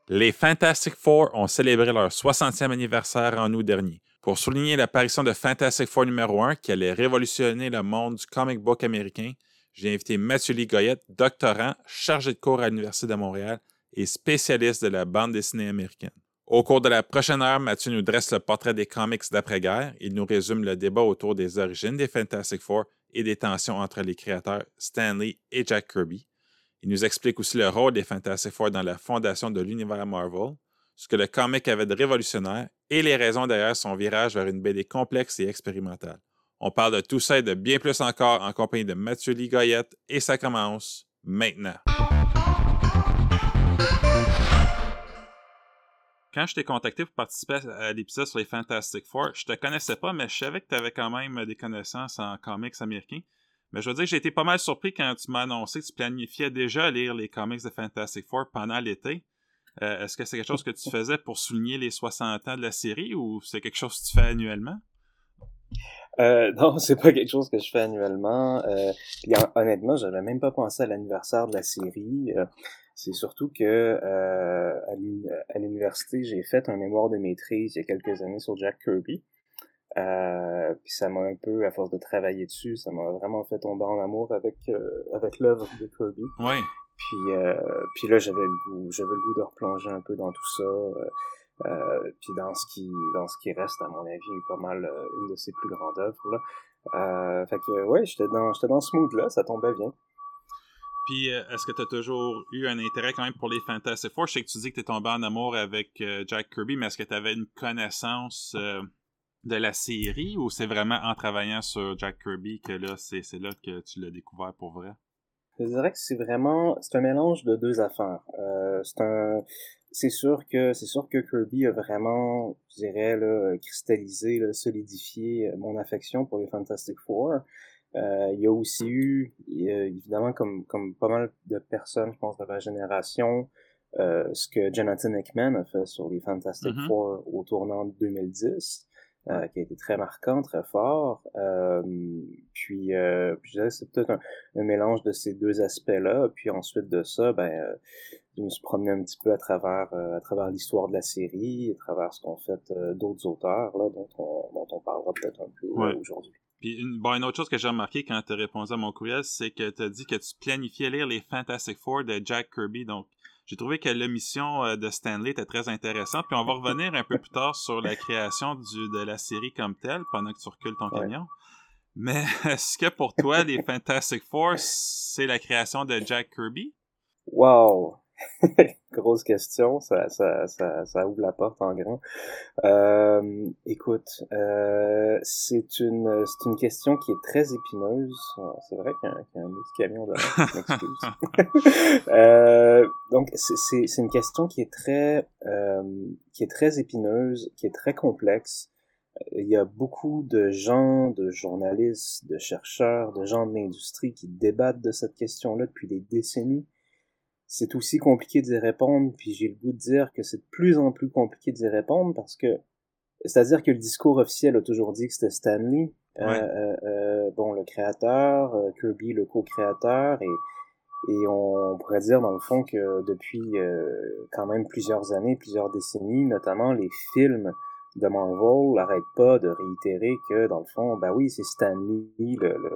Les Fantastic Four ont célébré leur 60e anniversaire en août dernier. Pour souligner l'apparition de Fantastic Four numéro 1 qui allait révolutionner le monde du comic book américain, j'ai invité Mathieu Lee Goyette, doctorant, chargé de cours à l'Université de Montréal et spécialiste de la bande dessinée américaine. Au cours de la prochaine heure, Mathieu nous dresse le portrait des comics d'après-guerre. Il nous résume le débat autour des origines des Fantastic Four et des tensions entre les créateurs Stan Lee et Jack Kirby. Il nous explique aussi le rôle des Fantastic Four dans la fondation de l'univers Marvel, ce que le comic avait de révolutionnaire et les raisons derrière son virage vers une BD complexe et expérimentale. On parle de tout ça et de bien plus encore en compagnie de Mathieu Lee Goyette et ça commence maintenant. Quand je t'ai contacté pour participer à l'épisode sur les Fantastic Four, je te connaissais pas, mais je savais que tu avais quand même des connaissances en comics américains. Mais je veux dire que j'ai été pas mal surpris quand tu m'as annoncé que tu planifiais déjà lire les comics de Fantastic Four pendant l'été. Est-ce que c'est quelque chose que tu faisais pour souligner les 60 ans de la série ou c'est quelque chose que tu fais annuellement? Non, c'est pas quelque chose que je fais annuellement. Honnêtement, j'avais même pas pensé à l'anniversaire de la série. C'est surtout que à l'université, j'ai fait un mémoire de maîtrise il y a quelques années sur Jack Kirby. Puis ça m'a un peu, à force de travailler dessus, ça m'a vraiment fait tomber en amour avec l'œuvre de Kirby. Oui. Puis là, j'avais le goût de replonger un peu dans tout ça. Puis dans ce qui reste, à mon avis, pas mal une de ses plus grandes œuvres là. Fait que ouais, j'étais dans ce mood-là, ça tombait bien. Puis est-ce que tu as toujours eu un intérêt quand même pour les Fantastic Four? Je sais que tu dis que tu es tombé en amour avec Jack Kirby, mais est-ce que tu avais une connaissance de la série ou c'est vraiment en travaillant sur Jack Kirby que là, c'est là que tu l'as découvert pour vrai? Je dirais que c'est un mélange de deux affaires. C'est sûr que Kirby a vraiment, je dirais, là, cristallisé, là, solidifié mon affection pour les Fantastic Four. Il y a aussi eu, évidemment, comme pas mal de personnes, je pense, de ma génération, ce que Jonathan Hickman a fait sur les Fantastic Four au tournant de 2010. Qui a été très marquant, très fort. Puis je dirais que c'est peut-être un mélange de ces deux aspects-là. Puis ensuite de ça, je me suis promené un petit peu à travers l'histoire de la série, à travers ce qu'ont fait d'autres auteurs, là, dont on parlera peut-être un peu aujourd'hui. Puis une autre chose que j'ai remarqué quand tu as répondu à mon courriel, c'est que tu as dit que tu planifiais lire les Fantastic Four de Jack Kirby. Donc, j'ai trouvé que l'émission de Stan Lee était très intéressante. Puis on va revenir un peu plus tard sur la création de la série comme telle, pendant que tu recules ton camion. Mais est-ce que pour toi, les Fantastic Four, c'est la création de Jack Kirby? Wow! Grosse question, ça ouvre la porte en grand. Écoute, c'est une question qui est très épineuse. C'est vrai qu'il y a un petit camion dedans, je m'excuse. Donc c'est une question qui est très épineuse, qui est très complexe. Il y a beaucoup de gens, de journalistes, de chercheurs, de gens de l'industrie qui débattent de cette question-là depuis des décennies. C'est aussi compliqué d'y répondre, puis j'ai le goût de dire que c'est de plus en plus compliqué d'y répondre parce que, c'est-à-dire que le discours officiel a toujours dit que c'était Stan Lee, le créateur, Kirby le co-créateur, et on pourrait dire dans le fond que depuis quand même plusieurs années, plusieurs décennies, notamment les films de Marvel n'arrêtent pas de réitérer que dans le fond, ben oui, c'est Stan Lee,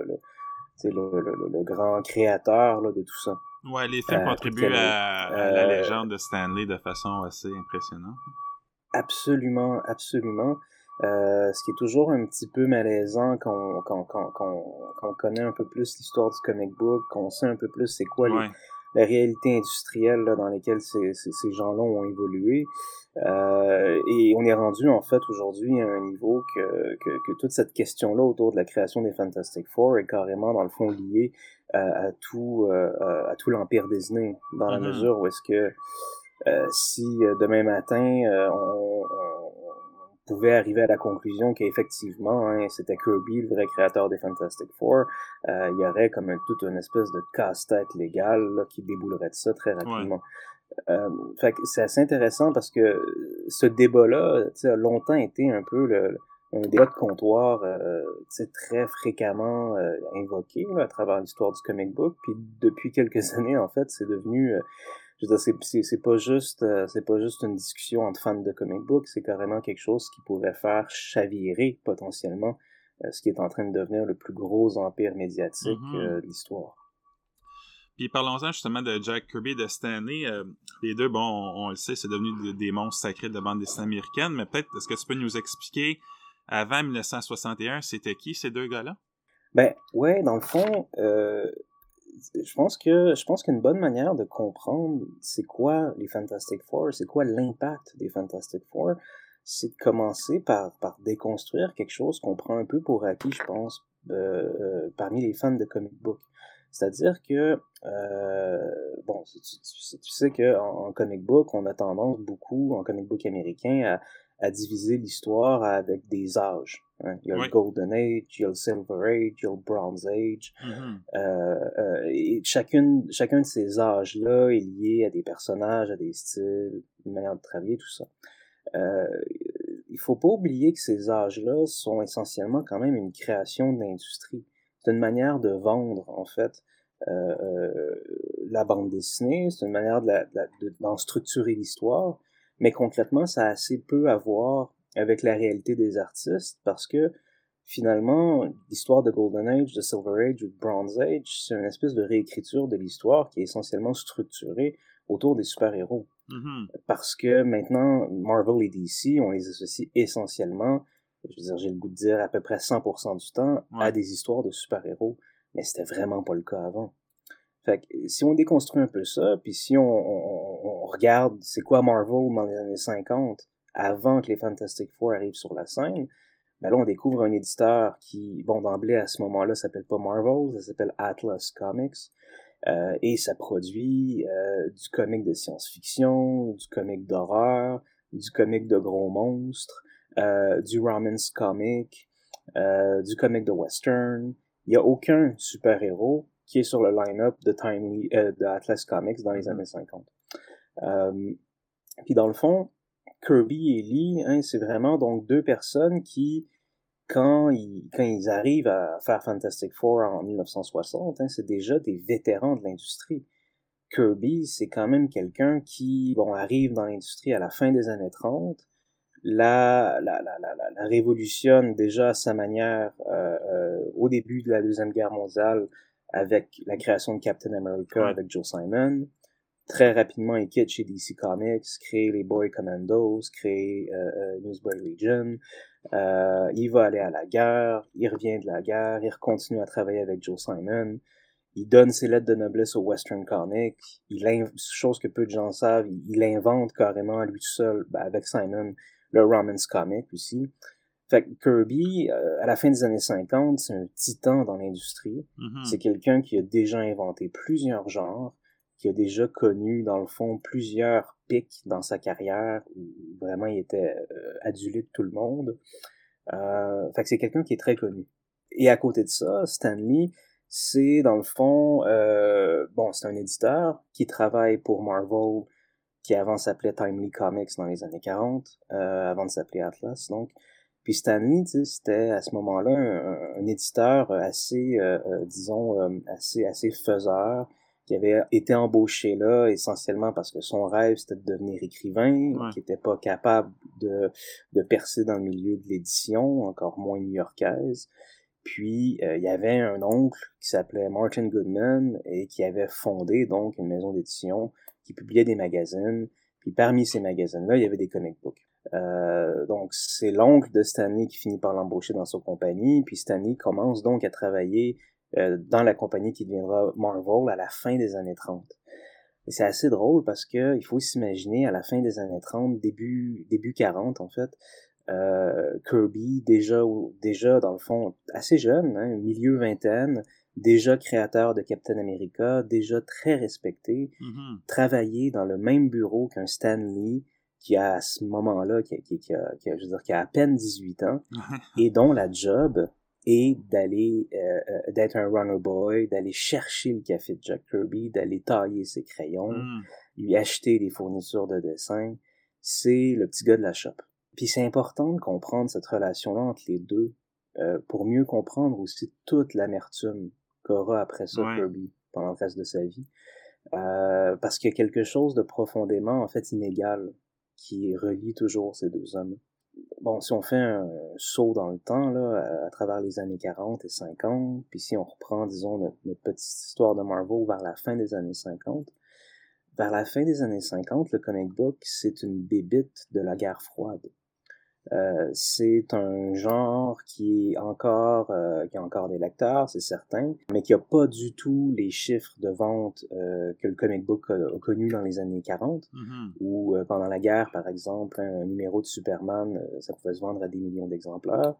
le grand créateur là, de tout ça. Ouais, les films contribuent à la légende de Stan Lee de façon assez impressionnante. Absolument, absolument. Ce qui est toujours un petit peu malaisant quand on connaît un peu plus l'histoire du comic book, qu'on sait un peu plus c'est quoi la réalité industrielle là, dans lesquelles ces gens-là ont évolué. Et on est rendu en fait aujourd'hui à un niveau que toute cette question-là autour de la création des Fantastic Four est carrément dans le fond liée à tout l'empire Disney, dans la mesure où est-ce que si demain matin on pouvait arriver à la conclusion qu'effectivement c'était Kirby le vrai créateur des Fantastic Four, il y aurait comme toute une espèce de casse-tête légal là, qui déboulerait de ça très rapidement. Fait que c'est assez intéressant parce que ce débat-là a longtemps été un peu un débat de comptoir très fréquemment invoqué là, à travers l'histoire du comic book. Puis depuis quelques années, en fait, c'est devenu je veux dire, c'est pas juste une discussion entre fans de comic book, c'est carrément quelque chose qui pourrait faire chavirer potentiellement ce qui est en train de devenir le plus gros empire médiatique de l'histoire. Puis parlons-en justement de Jack Kirby et de Stan Lee. Les deux, bon, on le sait, c'est devenu des monstres sacrés de la bande dessinée américaine, mais peut-être, est-ce que tu peux nous expliquer, avant 1961, c'était qui ces deux gars-là? Ben, ouais, dans le fond, je pense qu'une bonne manière de comprendre c'est quoi les Fantastic Four, c'est quoi l'impact des Fantastic Four, c'est de commencer par déconstruire quelque chose qu'on prend un peu pour acquis, je pense, parmi les fans de comic book. C'est-à-dire que, bon, tu sais qu'en comic book, on a tendance beaucoup, en comic book américain, à diviser l'histoire avec des âges. Hein. Il y a le Golden Age, il y a le Silver Age, il y a le Bronze Age. Et chacun de ces âges-là est lié à des personnages, à des styles, une manière de travailler, tout ça. Il faut pas oublier que ces âges-là sont essentiellement quand même une création de l'industrie. C'est une manière de vendre, en fait, la bande dessinée, c'est une manière d'en structurer l'histoire, mais concrètement, ça a assez peu à voir avec la réalité des artistes, parce que finalement, l'histoire de Golden Age, de Silver Age ou de Bronze Age, c'est une espèce de réécriture de l'histoire qui est essentiellement structurée autour des super-héros. Parce que maintenant, Marvel et DC, on les associe essentiellement, je veux dire, j'ai le goût de dire à peu près 100% du temps, à des histoires de super-héros. Mais c'était vraiment pas le cas avant. Fait que si on déconstruit un peu ça, puis si on regarde c'est quoi Marvel dans les années 50, avant que les Fantastic Four arrivent sur la scène, ben là on découvre un éditeur qui, bon d'emblée à ce moment-là, s'appelle pas Marvel, ça s'appelle Atlas Comics, et ça produit du comic de science-fiction, du comic d'horreur, du comic de gros monstres, du romance comic, du comic de western. Il n'y a aucun super-héros qui est sur le line-up de Atlas Comics dans les années 50. Puis dans le fond, Kirby et Lee, hein, c'est vraiment donc deux personnes qui, quand ils arrivent à faire Fantastic Four en 1960, hein, c'est déjà des vétérans de l'industrie. Kirby, c'est quand même quelqu'un qui, bon, arrive dans l'industrie à la fin des années 30, la révolutionne déjà à sa manière au début de la Deuxième Guerre mondiale avec la création de Captain America avec Joe Simon. Très rapidement, il quitte chez DC Comics, crée les Boy Commandos, crée Newsboy Legion. Il va aller à la guerre, il revient de la guerre, il continue à travailler avec Joe Simon. Il donne ses lettres de noblesse au Western Comic. Chose que peu de gens savent, il invente carrément à lui tout seul, avec Simon, le romance comic aussi. Fait que Kirby, à la fin des années 50, c'est un titan dans l'industrie. C'est quelqu'un qui a déjà inventé plusieurs genres, qui a déjà connu, dans le fond, plusieurs pics dans sa carrière, où vraiment il était adulé de tout le monde. Fait que c'est quelqu'un qui est très connu. Et à côté de ça, Stan Lee, c'est dans le fond, bon, c'est un éditeur qui travaille pour Marvel, qui avant s'appelait Timely Comics dans les années 40, avant de s'appeler Atlas, donc. Puis Stan Lee, tu sais, c'était à ce moment-là un éditeur assez, disons, assez faiseur, qui avait été embauché là essentiellement parce que son rêve c'était de devenir écrivain, qui était pas capable de percer dans le milieu de l'édition, encore moins new-yorkaise. Puis il y avait un oncle qui s'appelait Martin Goodman et qui avait fondé donc une maison d'édition qui publiait des magazines. Puis parmi ces magazines-là, il y avait des comic books. Donc c'est l'oncle de Stan Lee qui finit par l'embaucher dans sa compagnie. Puis Stan Lee commence donc à travailler dans la compagnie qui deviendra Marvel à la fin des années 30. Et c'est assez drôle parce que il faut s'imaginer à la fin des années 30, début 40 en fait, Kirby déjà dans le fond assez jeune, hein, milieu vingtaine, déjà créateur de Captain America, déjà très respecté, travaillé dans le même bureau qu'un Stan Lee qui a à ce moment-là qui a à peine 18 ans et dont la job est d'aller d'être un runner boy, d'aller chercher le café de Jack Kirby, d'aller tailler ses crayons, lui acheter des fournitures de dessin. C'est le petit gars de la shop. Puis c'est important de comprendre cette relation-là entre les deux pour mieux comprendre aussi toute l'amertume qu'aura après ça Kirby pendant le reste de sa vie. parce qu'il y a quelque chose de profondément, en fait, inégal qui relie toujours ces deux hommes. Bon, si on fait un saut dans le temps, là, à travers les années 40 et 50, puis si on reprend, disons, notre petite histoire de Marvel vers la fin des années 50, vers la fin des années 50, le comic book, c'est une bébite de la guerre froide. C'est un genre qui a encore des lecteurs, c'est certain, mais qui a pas du tout les chiffres de vente que le comic book a connu dans les années 40, où pendant la guerre, par exemple, un numéro de Superman, ça pouvait se vendre à des millions d'exemplaires.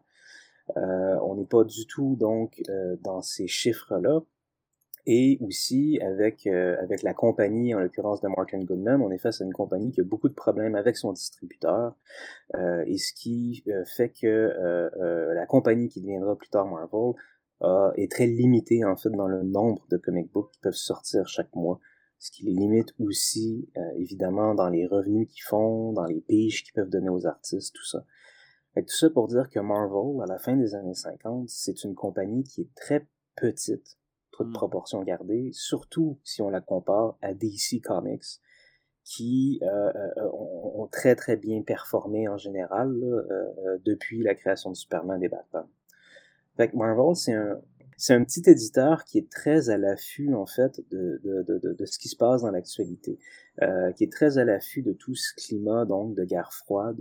On n'est pas du tout donc dans ces chiffres-là. Et aussi avec la compagnie, en l'occurrence de Martin Goodman, on est face à une compagnie qui a beaucoup de problèmes avec son distributeur, et ce qui fait que la compagnie qui deviendra plus tard Marvel est très limitée en fait dans le nombre de comic books qui peuvent sortir chaque mois, ce qui les limite aussi évidemment dans les revenus qu'ils font, dans les piges qu'ils peuvent donner aux artistes, tout ça. Fait que tout ça pour dire que Marvel, à la fin des années 50, c'est une compagnie qui est très petite, toute proportion gardée, surtout si on la compare à DC Comics, qui ont très très bien performé en général depuis la création de Superman et Batman. Fait que Marvel, c'est un petit éditeur qui est très à l'affût en fait de ce qui se passe dans l'actualité, qui est très à l'affût de tout ce climat donc de guerre froide,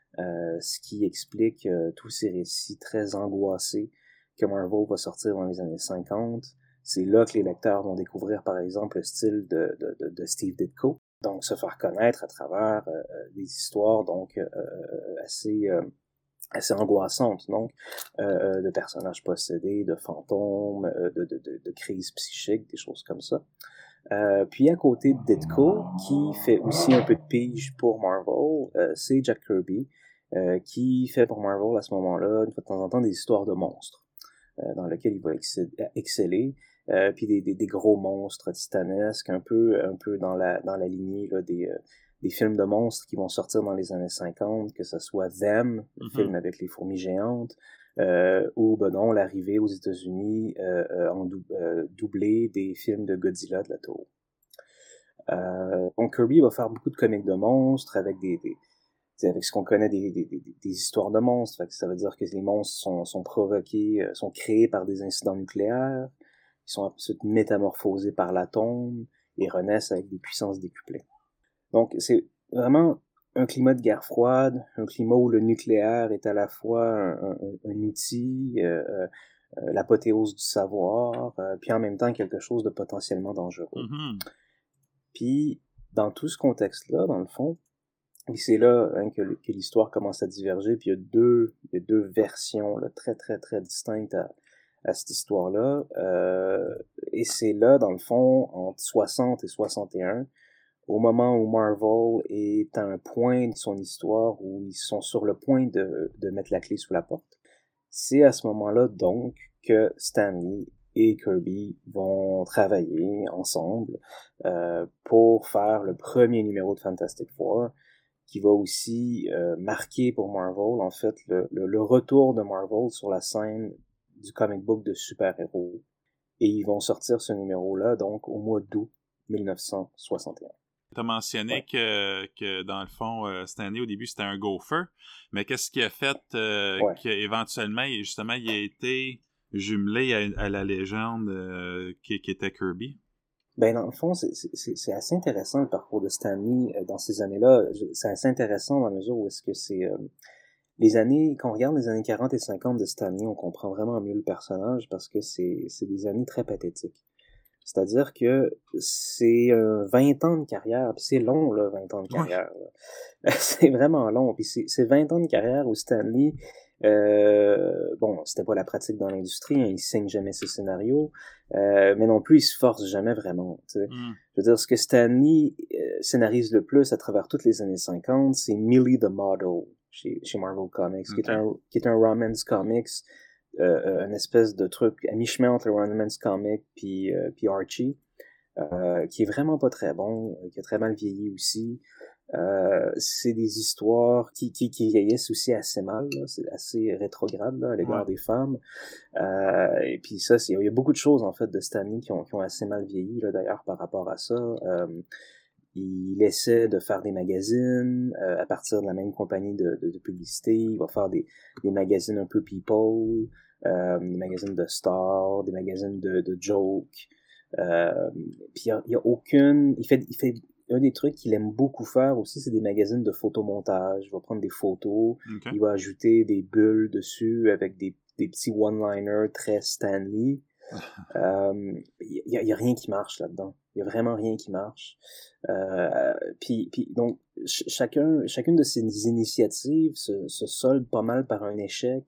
ce qui explique tous ces récits très angoissés que Marvel va sortir dans les années 50. C'est là que les lecteurs vont découvrir, par exemple, le style de Steve Ditko. Donc, se faire connaître à travers des histoires donc assez angoissantes, donc de personnages possédés, de fantômes, de crises psychiques, des choses comme ça. Puis à côté de Ditko, qui fait aussi un peu de pige pour Marvel, c'est Jack Kirby, qui fait pour Marvel à ce moment-là, une fois de temps en temps, des histoires de monstres, dans lesquelles il va exceller. Puis des gros monstres titanesques, un peu dans la lignée là, des films de monstres qui vont sortir dans les années 50, que ce soit Them, le film avec les fourmis géantes, ou ben non, l'arrivée aux États-Unis en doublé des films de Godzilla de la tour. Donc Kirby va faire beaucoup de comics de monstres avec avec ce qu'on connaît des histoires de monstres. Fait que ça veut dire que les monstres sont provoqués, sont créés par des incidents nucléaires, ils sont ensuite métamorphosés par l'atome et renaissent avec des puissances décuplées. Donc c'est vraiment un climat de guerre froide, un climat où le nucléaire est à la fois un outil, l'apothéose du savoir, puis en même temps quelque chose de potentiellement dangereux. Puis dans tout ce contexte-là, dans le fond, et c'est là hein, que l'histoire commence à diverger, puis il y a deux versions là, très très très distinctes à cette histoire-là, et c'est là, dans le fond, entre 60 et 61, au moment où Marvel est à un point de son histoire où ils sont sur le point de mettre la clé sous la porte. C'est à ce moment-là, donc, que Stan Lee et Kirby vont travailler ensemble pour faire le premier numéro de Fantastic Four, qui va aussi marquer pour Marvel, en fait, le retour de Marvel sur la scène du comic book de super-héros. Et ils vont sortir ce numéro-là, donc, au mois d'août 1961. Tu as mentionné que, dans le fond, Stan Lee, au début, c'était un gopher, mais qu'est-ce qui a fait qu'éventuellement, justement, il a été jumelé à la légende qui était Kirby? Ben, dans le fond, c'est assez intéressant le parcours de Stan Lee dans ces années-là. C'est assez intéressant dans la mesure où est-ce que c'est... les années, quand on regarde les années 40 et 50 de Stan Lee, on comprend vraiment mieux le personnage parce que c'est des années très pathétiques. C'est-à-dire que c'est 20 ans de carrière, puis c'est long, là, 20 ans de carrière. C'est vraiment long, puis c'est 20 ans de carrière où Stan Lee, bon, c'était pas la pratique dans l'industrie, hein, il signe jamais ses scénarios, mais non plus il se force jamais vraiment, tu sais. Je veux dire, ce que Stan Lee scénarise le plus à travers toutes les années 50, c'est Millie the Model chez Marvel Comics, qui est un romance comics, une espèce de truc à mi-chemin entre le romance comic puis Archie, qui est vraiment pas très bon, qui a très mal vieilli aussi. C'est des histoires qui vieillissent aussi assez mal, là. C'est assez rétrograde là, à l'égard des femmes. Et puis ça, il y a beaucoup de choses en fait de Stan Lee qui ont assez mal vieilli là, d'ailleurs par rapport à ça. Il essaie de faire des magazines à partir de la même compagnie de publicité. Il va faire des magazines un peu people, des magazines de stars, des magazines de jokes. Puis il y a aucune... Il fait un des trucs qu'il aime beaucoup faire aussi, c'est des magazines de photomontage. Il va prendre des photos, il va ajouter des bulles dessus avec des petits one-liners très Stan Lee. Il y a rien qui marche là-dedans. Il y a vraiment rien qui marche. Puis donc chacune de ces initiatives se solde pas mal par un échec.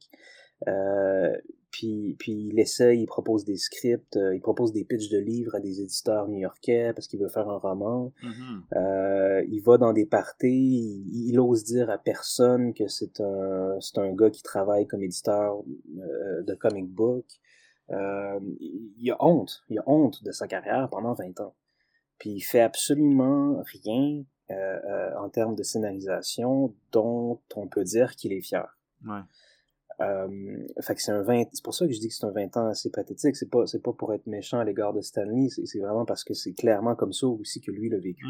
Puis il essaie, il propose des scripts, il propose des pitchs de livres à des éditeurs new-yorkais parce qu'il veut faire un roman. Il va dans des parties, il ose dire à personne que c'est un gars qui travaille comme éditeur de comic book. Il a honte de sa carrière pendant 20 ans. Puis il fait absolument rien en termes de scénarisation dont on peut dire qu'il est fier. Ouais. Fait que c'est pour ça que je dis que c'est un 20 ans assez pathétique. C'est pas pour être méchant à l'égard de Stan Lee, c'est vraiment parce que c'est clairement comme ça aussi que lui l'a vécu.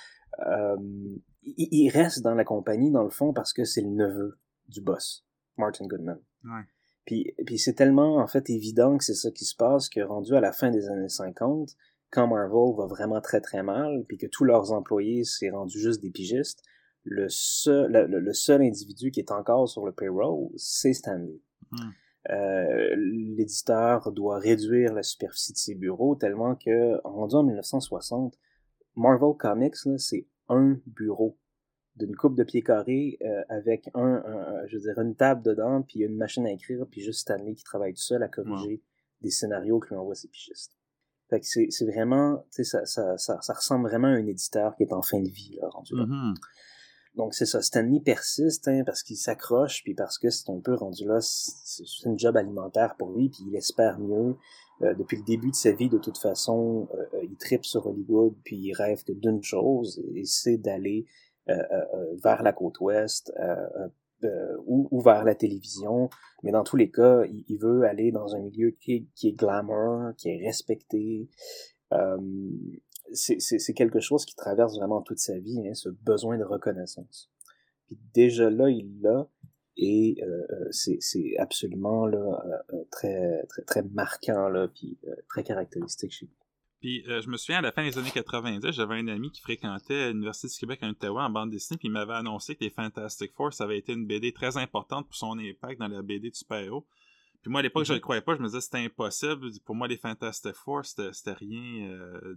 Il reste dans la compagnie, dans le fond, parce que c'est le neveu du boss, Martin Goodman. Ouais. Puis c'est tellement, en fait, évident que c'est ça qui se passe que rendu à la fin des années 50, quand Marvel va vraiment très très mal, puis que tous leurs employés s'est rendu juste des pigistes, le seul individu qui est encore sur le payroll, c'est Stan Lee. L'éditeur doit réduire la superficie de ses bureaux tellement que, rendu en 1960, Marvel Comics, là, c'est un bureau d'une coupe de pieds carrés avec une table dedans, puis une machine à écrire, puis juste Stan Lee qui travaille tout seul à corriger des scénarios que lui envoie ses pigistes. Fait que c'est vraiment, tu sais, ça ressemble vraiment à un éditeur qui est en fin de vie, là, rendu là. Donc c'est ça, Stan Lee persiste, parce qu'il s'accroche, puis parce que c'est un peu rendu là, c'est une job alimentaire pour lui, puis il espère mieux. Depuis le début de sa vie, de toute façon, il tripe sur Hollywood, puis il rêve que d'une chose, et c'est d'aller vers la côte ouest, ou vers la télévision, mais dans tous les cas, il veut aller dans un milieu qui est glamour, qui est respecté. C'est quelque chose qui traverse vraiment toute sa vie, ce besoin de reconnaissance. Puis déjà là, il l'a, et c'est absolument là, très, très, très marquant, là, puis très caractéristique chez lui. Puis je me souviens, à la fin des années 90, j'avais un ami qui fréquentait l'Université du Québec en Ottawa en bande dessinée, puis il m'avait annoncé que les Fantastic Four, ça avait été une BD très importante pour son impact dans la BD de super-héros. Puis moi, à l'époque, je le croyais pas, je me disais que c'était impossible. Pour moi, les Fantastic Four, c'était rien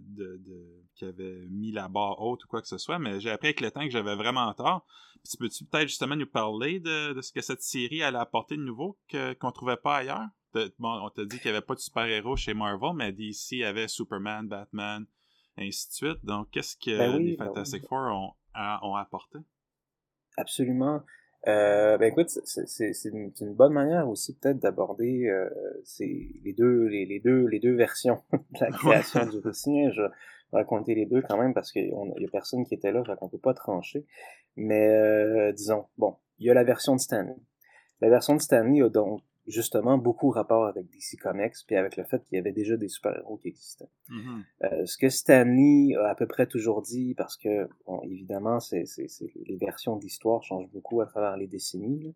qui avait mis la barre haute ou quoi que ce soit, mais j'ai appris avec le temps que j'avais vraiment tort. Puis peux-tu peut-être justement nous parler de ce que cette série allait apporter de nouveau qu'on trouvait pas ailleurs? Bon, on t'a dit qu'il n'y avait pas de super-héros chez Marvel, mais DC avait Superman, Batman, ainsi de suite. Donc, qu'est-ce que les Fantastic Four ont apporté? Absolument. Écoute, c'est une bonne manière aussi peut-être d'aborder les deux versions de la création du récit. Je vais raconter les deux quand même parce qu'il y a personne qui était là, fait qu'on peut pas trancher. Mais disons, bon, il y a la version de Stan Lee. La version de Stan Lee a donc justement beaucoup rapport avec DC Comics, puis avec le fait qu'il y avait déjà des super-héros qui existaient. Ce que Stan Lee a à peu près toujours dit, parce que, bon, évidemment, les versions d'histoire changent beaucoup à travers les décennies,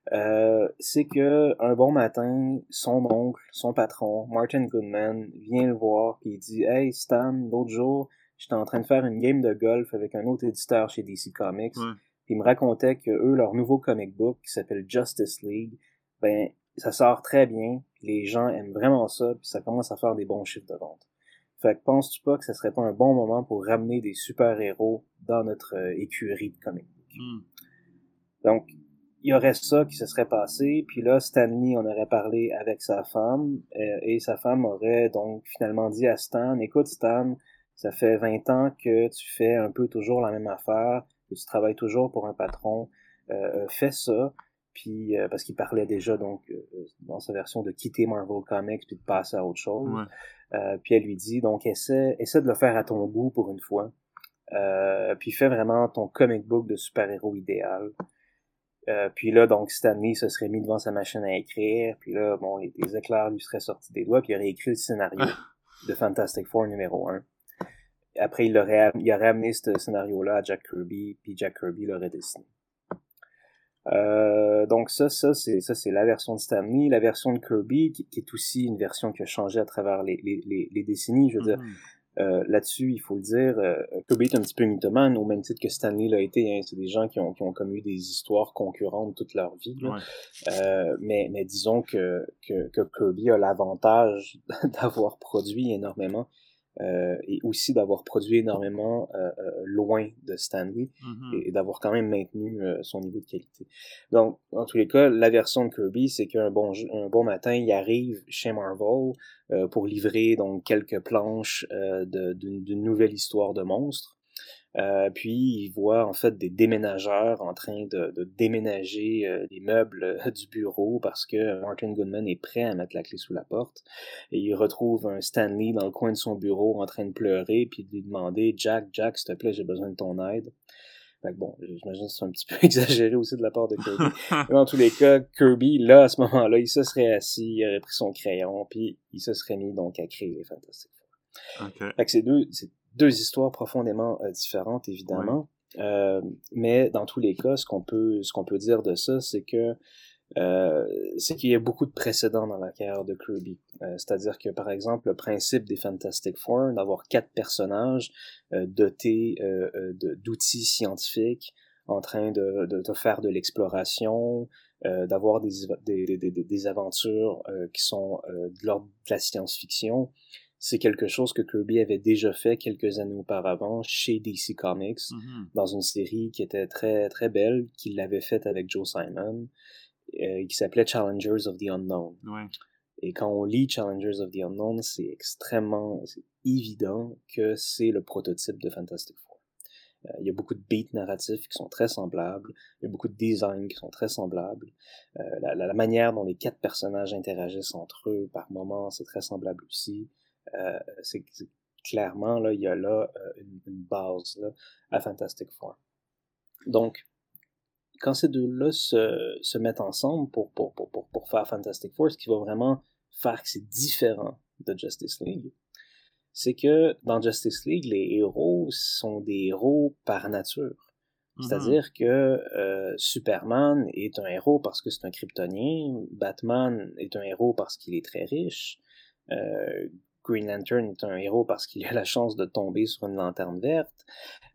c'est que un bon matin, son oncle, son patron, Martin Goodman, vient le voir, puis il dit « Hey Stan, l'autre jour, j'étais en train de faire une game de golf avec un autre éditeur chez DC Comics, puis il me racontait que eux, leur nouveau comic book, qui s'appelle Justice League, ben ça sort très bien, les gens aiment vraiment ça, puis ça commence à faire des bons chiffres de vente. Fait que penses-tu pas que ce serait pas un bon moment pour ramener des super-héros dans notre écurie de comic book? Donc, il y aurait ça qui se serait passé, puis là, Stan Lee en aurait parlé avec sa femme, et sa femme aurait donc finalement dit à Stan, écoute Stan, ça fait 20 ans que tu fais un peu toujours la même affaire, que tu travailles toujours pour un patron, fais ça. Puis parce qu'il parlait déjà donc dans sa version de quitter Marvel Comics puis de passer à autre chose. Puis elle lui dit donc essaie de le faire à ton goût pour une fois. puis fais vraiment ton comic book de super-héros idéal. Puis là, donc, Stan Lee se serait mis devant sa machine à écrire, puis là, bon, les éclairs lui seraient sortis des doigts, puis il aurait écrit le scénario de Fantastic Four numéro 1. Après, il aurait amené ce scénario-là à Jack Kirby, puis Jack Kirby l'aurait dessiné. Donc ça c'est la version de Stan Lee. La version de Kirby, qui est aussi une version qui a changé à travers les décennies, je veux dire. Là-dessus, il faut le dire, Kirby est un petit peu mythomane, au même titre que Stan Lee l'a été. Hein. C'est des gens qui ont comme eu des histoires concurrentes toute leur vie. Là. Mais disons que Kirby a l'avantage d'avoir produit énormément et aussi d'avoir produit énormément loin de Stan Lee et d'avoir quand même maintenu son niveau de qualité. Donc, en tous les cas, la version de Kirby, c'est qu'un bon matin, il arrive chez Marvel pour livrer donc quelques planches d'une nouvelle histoire de monstre. Puis il voit en fait des déménageurs en train de déménager les meubles du bureau parce que Martin Goodman est prêt à mettre la clé sous la porte. Et il retrouve un Stan Lee dans le coin de son bureau en train de pleurer puis de lui demander « Jack, s'il te plaît, j'ai besoin de ton aide. » Fait que bon, j'imagine que c'est un petit peu exagéré aussi de la part de Kirby. Mais dans tous les cas, Kirby, là, à ce moment-là, il se serait assis, il aurait pris son crayon, puis il se serait mis donc à créer les Fantastic Four. Fait que c'est deux histoires profondément différentes, évidemment. Mais dans tous les cas, ce qu'on peut dire de ça, c'est que c'est qu'il y a beaucoup de précédents dans la carrière de Kirby. C'est-à-dire que, par exemple, le principe des Fantastic Four, d'avoir 4 personnages dotés d'outils scientifiques en train de faire de l'exploration, d'avoir des aventures qui sont de l'ordre de la science-fiction, c'est quelque chose que Kirby avait déjà fait quelques années auparavant chez DC Comics, dans une série qui était très, très belle, qu'il avait faite avec Joe Simon, qui s'appelait Challengers of the Unknown. Et quand on lit Challengers of the Unknown, c'est évident que c'est le prototype de Fantastic Four. Il y a beaucoup de beats narratifs qui sont très semblables, il y a beaucoup de designs qui sont très semblables. La manière dont les 4 personnages interagissent entre eux par moments, c'est très semblable aussi. C'est clairement, là, il y a là une base là, à Fantastic Four. Donc, quand ces deux-là se mettent ensemble pour faire Fantastic Four, ce qui va vraiment faire que c'est différent de Justice League, c'est que dans Justice League, les héros sont des héros par nature. C'est-à-dire que Superman est un héros parce que c'est un kryptonien, Batman est un héros parce qu'il est très riche, Green Lantern est un héros parce qu'il a la chance de tomber sur une lanterne verte.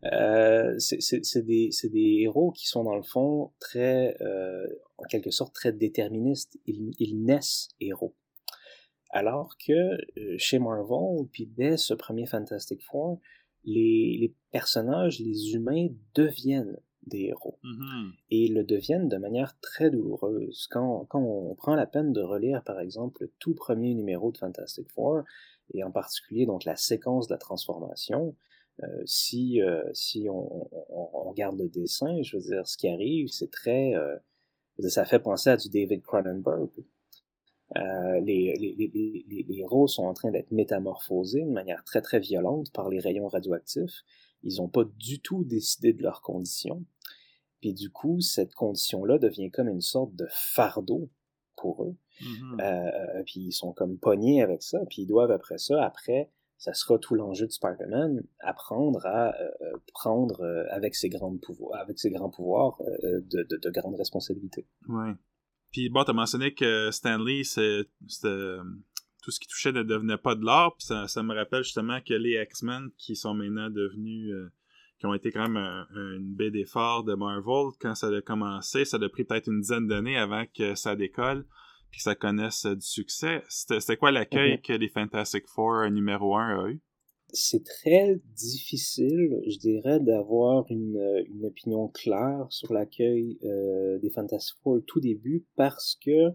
C'est des héros qui sont dans le fond très, en quelque sorte, très déterministes. Ils naissent héros. Alors que chez Marvel, puis dès ce premier Fantastic Four, les personnages, les humains deviennent des héros. Et ils le deviennent de manière très douloureuse. Quand on prend la peine de relire, par exemple, le tout premier numéro de Fantastic Four, et en particulier donc la séquence de la transformation, si on regarde le dessin, je veux dire, ce qui arrive, c'est très... ça fait penser à du David Cronenberg. Les héros sont en train d'être métamorphosés de manière très très violente par les rayons radioactifs. Ils n'ont pas du tout décidé de leurs conditions. Puis du coup, cette condition-là devient comme une sorte de fardeau pour eux. Puis ils sont comme pognés avec ça. Puis ils doivent après ça, ça sera tout l'enjeu de Spider-Man, apprendre à prendre avec ses grands pouvoirs de grandes responsabilités. Ouais. Puis bon, t'as mentionné que Stan Lee, tout ce qui touchait ne devenait pas de l'art, puis ça me rappelle justement que les X-Men, qui sont maintenant devenus, qui ont été quand même une baie d'effort de Marvel, quand ça a commencé, ça a pris peut-être une dizaine d'années avant que ça décolle, puis que ça connaisse du succès. C'était quoi l'accueil que les Fantastic Four numéro 1 a eu? C'est très difficile, je dirais, d'avoir une opinion claire sur l'accueil des Fantastic Four au tout début parce que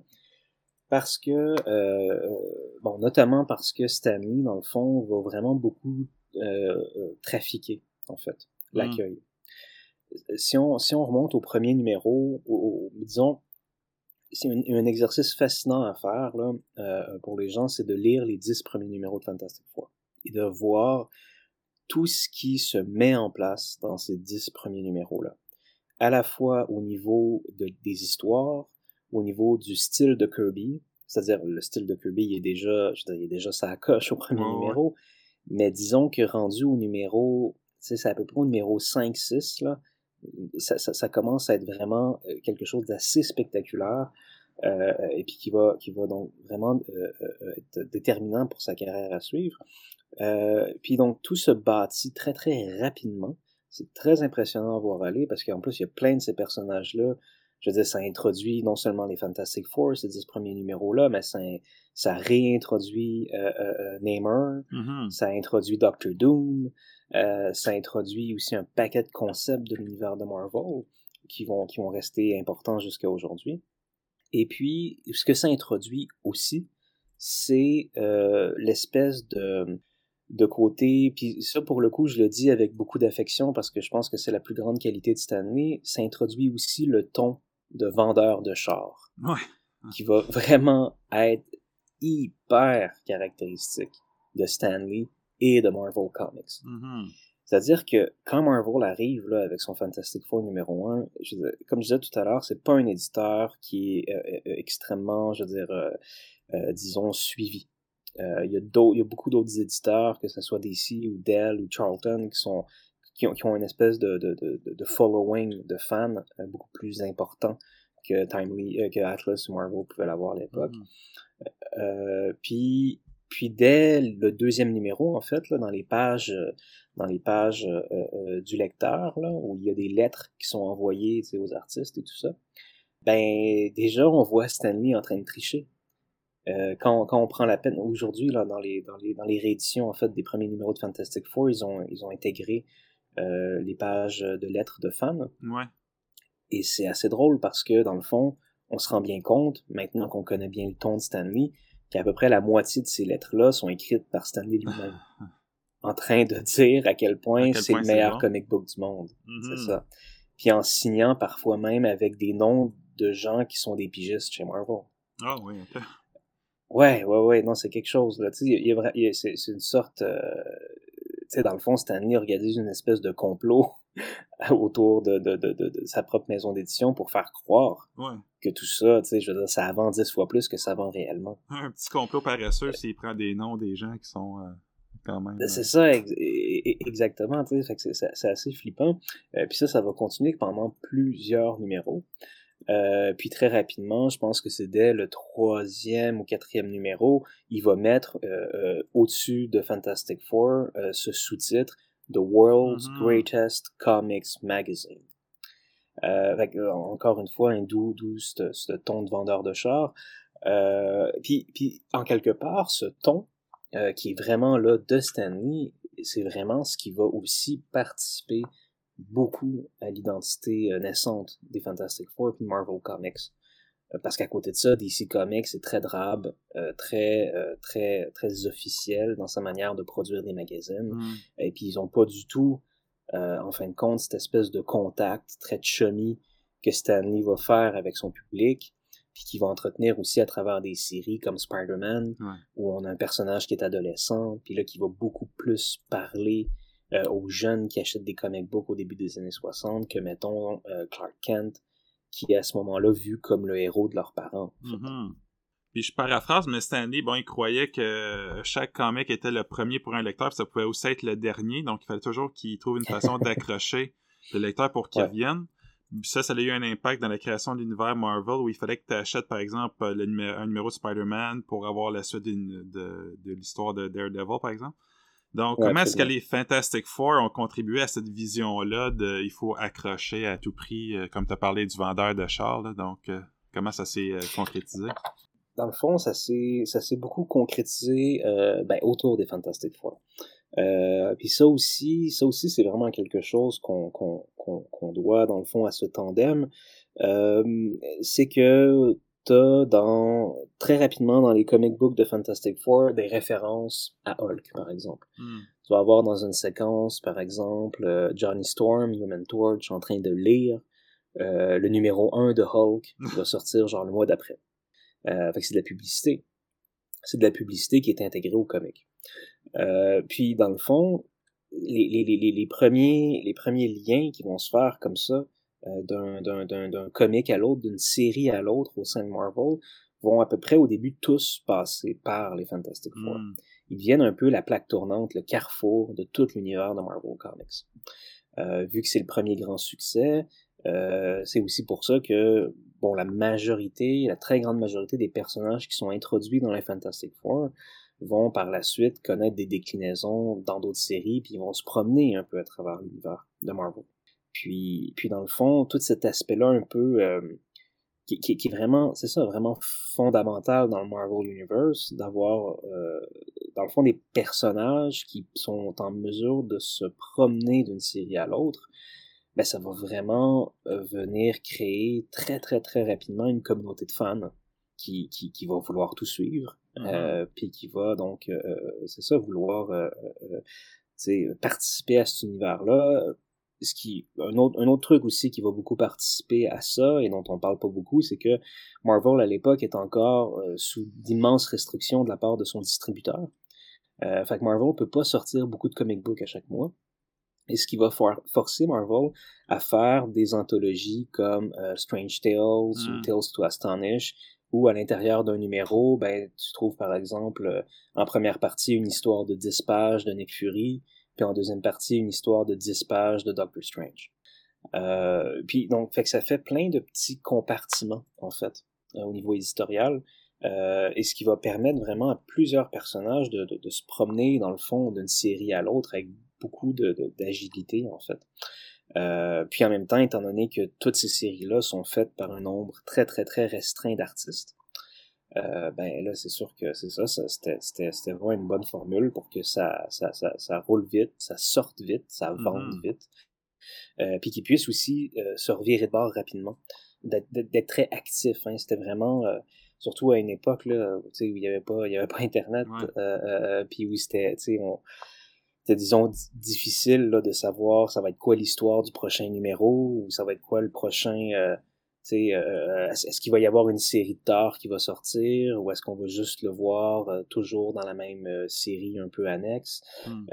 notamment parce que Stan Lee, dans le fond, va vraiment beaucoup trafiquer, en fait, l'accueil. Si on remonte au premier numéro, disons, c'est un exercice fascinant à faire là, pour les gens, c'est de lire les 10 premiers numéros de Fantastic Four et de voir tout ce qui se met en place dans ces 10 premiers numéros-là. À la fois au niveau des histoires, au niveau du style de Kirby, c'est-à-dire le style de Kirby, il est déjà ça coche au premier numéro, mais disons que rendu au numéro, c'est à peu près au numéro 5-6, là, ça commence à être vraiment quelque chose d'assez spectaculaire, et puis qui va donc vraiment être déterminant pour sa carrière à suivre. Puis donc tout se bâtit très très rapidement. C'est très impressionnant à voir aller parce qu'en plus il y a plein de ces personnages-là. Je veux dire, ça introduit non seulement les Fantastic Four, ces 10 premiers numéros-là, mais ça réintroduit Namor, ça introduit Doctor Doom, ça introduit aussi un paquet de concepts de l'univers de Marvel qui vont rester importants jusqu'à aujourd'hui. Et puis, ce que ça introduit aussi, c'est l'espèce de côté, puis ça pour le coup je le dis avec beaucoup d'affection parce que je pense que c'est la plus grande qualité de Stan Lee, ça introduit aussi le ton de vendeur de chars, qui va vraiment être hyper caractéristique de Stan Lee et de Marvel Comics. C'est-à-dire que quand Marvel arrive là, avec son Fantastic Four numéro 1, comme je disais tout à l'heure, c'est pas un éditeur qui est extrêmement, disons, suivi. Il y a beaucoup d'autres éditeurs, que ce soit DC ou Dell ou Charlton, qui ont une espèce de following de fans beaucoup plus important que que Atlas ou Marvel pouvaient l'avoir à l'époque. Puis dès le deuxième numéro, en fait, là, dans les pages du lecteur, là, où il y a des lettres qui sont envoyées aux artistes et tout ça, ben déjà on voit Stan Lee en train de tricher. Quand on prend la peine, aujourd'hui, là, dans les rééditions en fait des premiers numéros de Fantastic Four, ils ont intégré les pages de lettres de fans. Ouais. Et c'est assez drôle parce que, dans le fond, on se rend bien compte, maintenant qu'on connaît bien le ton de Stan Lee, qu'à peu près la moitié de ces lettres-là sont écrites par Stan Lee lui-même. En train de dire à quel point c'est le meilleur comic book du monde. C'est ça. Puis en signant parfois même avec des noms de gens qui sont des pigistes chez Marvel. Ah oui, ok. Ouais, non, c'est quelque chose, là. Tu sais, c'est une sorte... tu sais, dans le fond, Stan Lee organise une espèce de complot autour de sa propre maison d'édition pour faire croire que tout ça, tu sais, je veux dire, ça vend 10 fois plus que ça vend réellement. Un petit complot paresseux s'il prend des noms des gens qui sont quand même... C'est ça, exactement, tu sais, fait que c'est assez flippant. Puis ça va continuer pendant plusieurs numéros. Puis très rapidement, je pense que c'est dès le 3e ou 4e numéro, il va mettre au-dessus de Fantastic Four ce sous-titre The World's Greatest Comics Magazine. Encore une fois, un doux ce ton de vendeur de chars. Puis en quelque part, ce ton qui est vraiment là de Stan Lee, c'est vraiment ce qui va aussi participer beaucoup à l'identité naissante des Fantastic Four et Marvel Comics. Parce qu'à côté de ça, DC Comics est très drabe, très officiel dans sa manière de produire des magazines. Et puis ils ont pas du tout, en fin de compte, cette espèce de contact très chummy que Stan Lee va faire avec son public, puis qui va entretenir aussi à travers des séries comme Spider-Man, où on a un personnage qui est adolescent, puis là qui va beaucoup plus parler aux jeunes qui achètent des comic books au début des années 60 que, mettons, Clark Kent, qui est à ce moment-là vu comme le héros de leurs parents. Puis je paraphrase, mais Stan Lee, il croyait que chaque comic était le premier pour un lecteur, puis ça pouvait aussi être le dernier, donc il fallait toujours qu'il trouve une façon d'accrocher le lecteur pour qu'il revienne. Ça a eu un impact dans la création de l'univers Marvel, où il fallait que tu achètes, par exemple, un numéro de Spider-Man pour avoir la suite de l'histoire de Daredevil, par exemple. Donc, comment est-ce que les Fantastic Four ont contribué à cette vision-là de il faut accrocher à tout prix, comme tu as parlé du vendeur de chars, là, donc comment ça s'est concrétisé? Dans le fond, ça s'est beaucoup concrétisé autour des Fantastic Four. Puis ça aussi, c'est vraiment quelque chose qu'on doit, dans le fond, à ce tandem. C'est que t'as très rapidement dans les comic books de Fantastic Four des références à Hulk, par exemple. Tu vas avoir dans une séquence, par exemple, Johnny Storm, Human Torch, en train de lire le numéro 1 de Hulk, qui va sortir genre le mois d'après. Fait que c'est de la publicité. C'est de la publicité qui est intégrée au comic. Puis, dans le fond, les premiers liens qui vont se faire comme ça, d'un comic à l'autre, d'une série à l'autre au sein de Marvel, vont à peu près au début tous passer par les Fantastic Four. Ils deviennent un peu la plaque tournante, le carrefour de tout l'univers de Marvel Comics. Vu que c'est le premier grand succès, c'est aussi pour ça que la très grande majorité des personnages qui sont introduits dans les Fantastic Four vont par la suite connaître des déclinaisons dans d'autres séries, puis ils vont se promener un peu à travers l'univers de Marvel. Puis dans le fond, tout cet aspect-là un peu qui est vraiment, c'est ça, vraiment fondamental dans le Marvel Universe, d'avoir dans le fond des personnages qui sont en mesure de se promener d'une série à l'autre, ben ça va vraiment venir créer très très très rapidement une communauté de fans qui va vouloir tout suivre, puis qui va donc c'est ça, vouloir participer à cet univers-là. Un autre truc aussi qui va beaucoup participer à ça et dont on parle pas beaucoup, c'est que Marvel à l'époque est encore sous d'immenses restrictions de la part de son distributeur. Fait que Marvel peut pas sortir beaucoup de comic books à chaque mois. Et ce qui va forcer Marvel à faire des anthologies comme Strange Tales ou Tales to Astonish, où à l'intérieur d'un numéro, ben tu trouves par exemple en première partie une histoire de 10 pages de Nick Fury, puis en deuxième partie une histoire de 10 pages de Doctor Strange. Puis donc fait que ça fait plein de petits compartiments en fait au niveau éditorial, et ce qui va permettre vraiment à plusieurs personnages de se promener dans le fond d'une série à l'autre avec beaucoup d'agilité en fait. Puis en même temps, étant donné que toutes ces séries-là sont faites par un nombre très très très restreint d'artistes, ben là c'est sûr que c'est ça, c'était vraiment une bonne formule pour que ça roule vite, ça sorte vite, ça vende vite, puis qu'ils puissent aussi se revirer de bord rapidement, d'être très actifs, hein. C'était vraiment surtout à une époque là, où il y avait pas internet, puis où c'était disons difficile là de savoir ça va être quoi l'histoire du prochain numéro, ou ça va être quoi le prochain est-ce qu'il va y avoir une série de Thor qui va sortir, ou est-ce qu'on va juste le voir toujours dans la même série un peu annexe,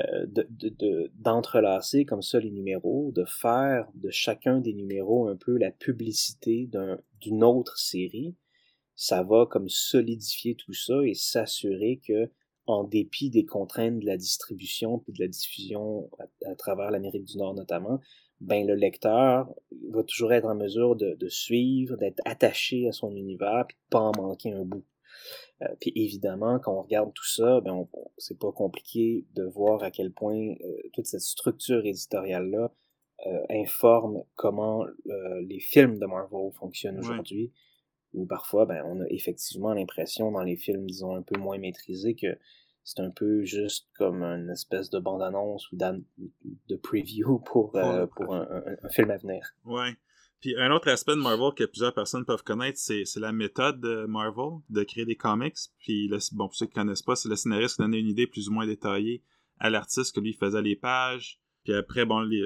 d'entrelacer comme ça les numéros, de faire de chacun des numéros un peu la publicité d'une autre série, ça va comme solidifier tout ça et s'assurer que en dépit des contraintes de la distribution puis de la diffusion à travers l'Amérique du Nord notamment, ben le lecteur va toujours être en mesure de suivre, d'être attaché à son univers puis de pas en manquer un bout. Puis évidemment, quand on regarde tout ça, ben c'est pas compliqué de voir à quel point toute cette structure éditoriale-là informe comment les films de Marvel fonctionnent aujourd'hui, où parfois ben on a effectivement l'impression dans les films, disons, un peu moins maîtrisés, que c'est un peu juste comme une espèce de bande-annonce ou de preview pour un film à venir. Ouais. Puis un autre aspect de Marvel que plusieurs personnes peuvent connaître, c'est la méthode de Marvel de créer des comics. Puis pour ceux qui ne connaissent pas, c'est le scénariste qui donnait une idée plus ou moins détaillée à l'artiste, que lui faisait les pages. Puis après,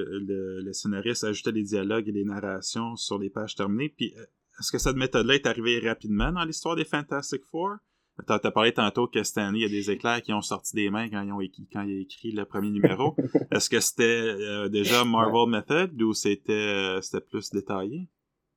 le scénariste ajoutait les dialogues et les narrations sur les pages terminées. Puis est-ce que cette méthode-là est arrivée rapidement dans l'histoire des Fantastic Four? T'as parlé tantôt que Stan Lee, il y a des éclairs qui ont sorti des mains quand il a écrit le premier numéro. Est-ce que c'était déjà Marvel Method ou c'était plus détaillé?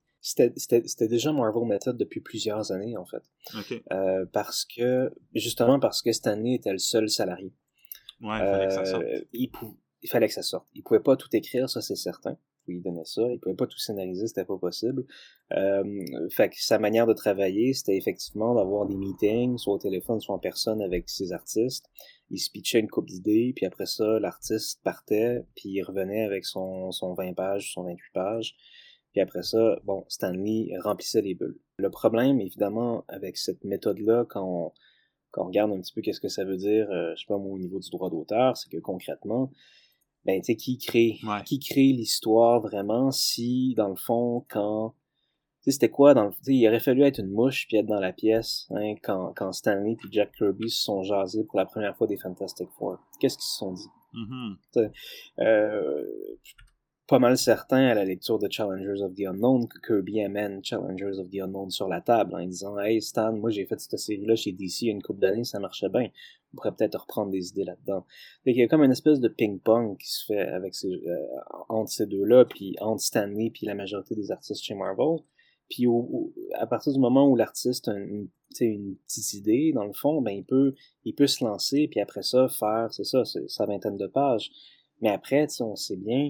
C'était déjà Marvel Method depuis plusieurs années, en fait. Okay. Parce que Stan Lee était le seul salarié. Ouais, il fallait que ça sorte. Il fallait que ça sorte. Il pouvait pas tout écrire, ça c'est certain. Il donnait ça, il pouvait pas tout scénariser, c'était pas possible. Fait que sa manière de travailler, c'était effectivement d'avoir des meetings, soit au téléphone, soit en personne avec ses artistes. Il se pitchait une couple d'idées, puis après ça, l'artiste partait, puis il revenait avec son 20 pages, son 28 pages. Puis après ça, Stan Lee remplissait les bulles. Le problème, évidemment, avec cette méthode-là, quand on regarde un petit peu qu'est-ce que ça veut dire, je sais pas moi, au niveau du droit d'auteur, c'est que concrètement, ben tu sais, qui crée l'histoire vraiment, si dans le fond, quand tu sais, c'était quoi il aurait fallu être une mouche puis être dans la pièce, hein, quand Stanley puis Jack Kirby se sont jasés pour la première fois des Fantastic Four. Qu'est-ce qu'ils se sont dit? pas mal certain à la lecture de Challengers of the Unknown que Kirby amène Challengers of the Unknown sur la table en disant « Hey Stan, moi j'ai fait cette série-là chez DC il y a une couple d'années, ça marchait bien. On pourrait peut-être reprendre des idées là-dedans. » Donc il y a comme une espèce de ping-pong qui se fait avec entre ces deux-là, puis entre Stan Lee puis la majorité des artistes chez Marvel. Puis à partir du moment où l'artiste a une petite idée, dans le fond, ben il peut se lancer, puis après ça, faire, c'est sa vingtaine de pages. Mais après, on sait bien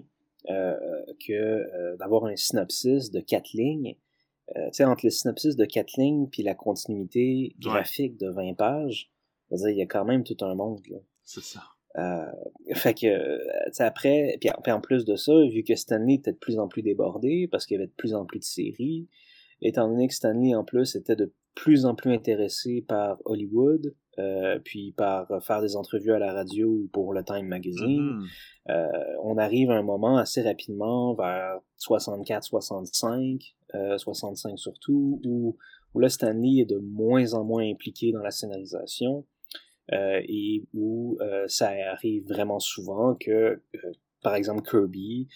que d'avoir un synopsis de 4 lignes, entre le synopsis de 4 lignes puis la continuité graphique de 20 pages, je veux dire, il y a quand même tout un monde, là. C'est ça. Fait que, après, puis en plus de ça, vu que Stan Lee était de plus en plus débordé, parce qu'il y avait de plus en plus de séries, étant donné que Stan Lee, en plus, était de plus en plus intéressé par Hollywood, puis par faire des entrevues à la radio ou pour le Time Magazine, on arrive à un moment assez rapidement, vers 64-65, 65 surtout, où là, Stan Lee est de moins en moins impliqué dans la scénarisation, et où ça arrive vraiment souvent que, par exemple, Kirby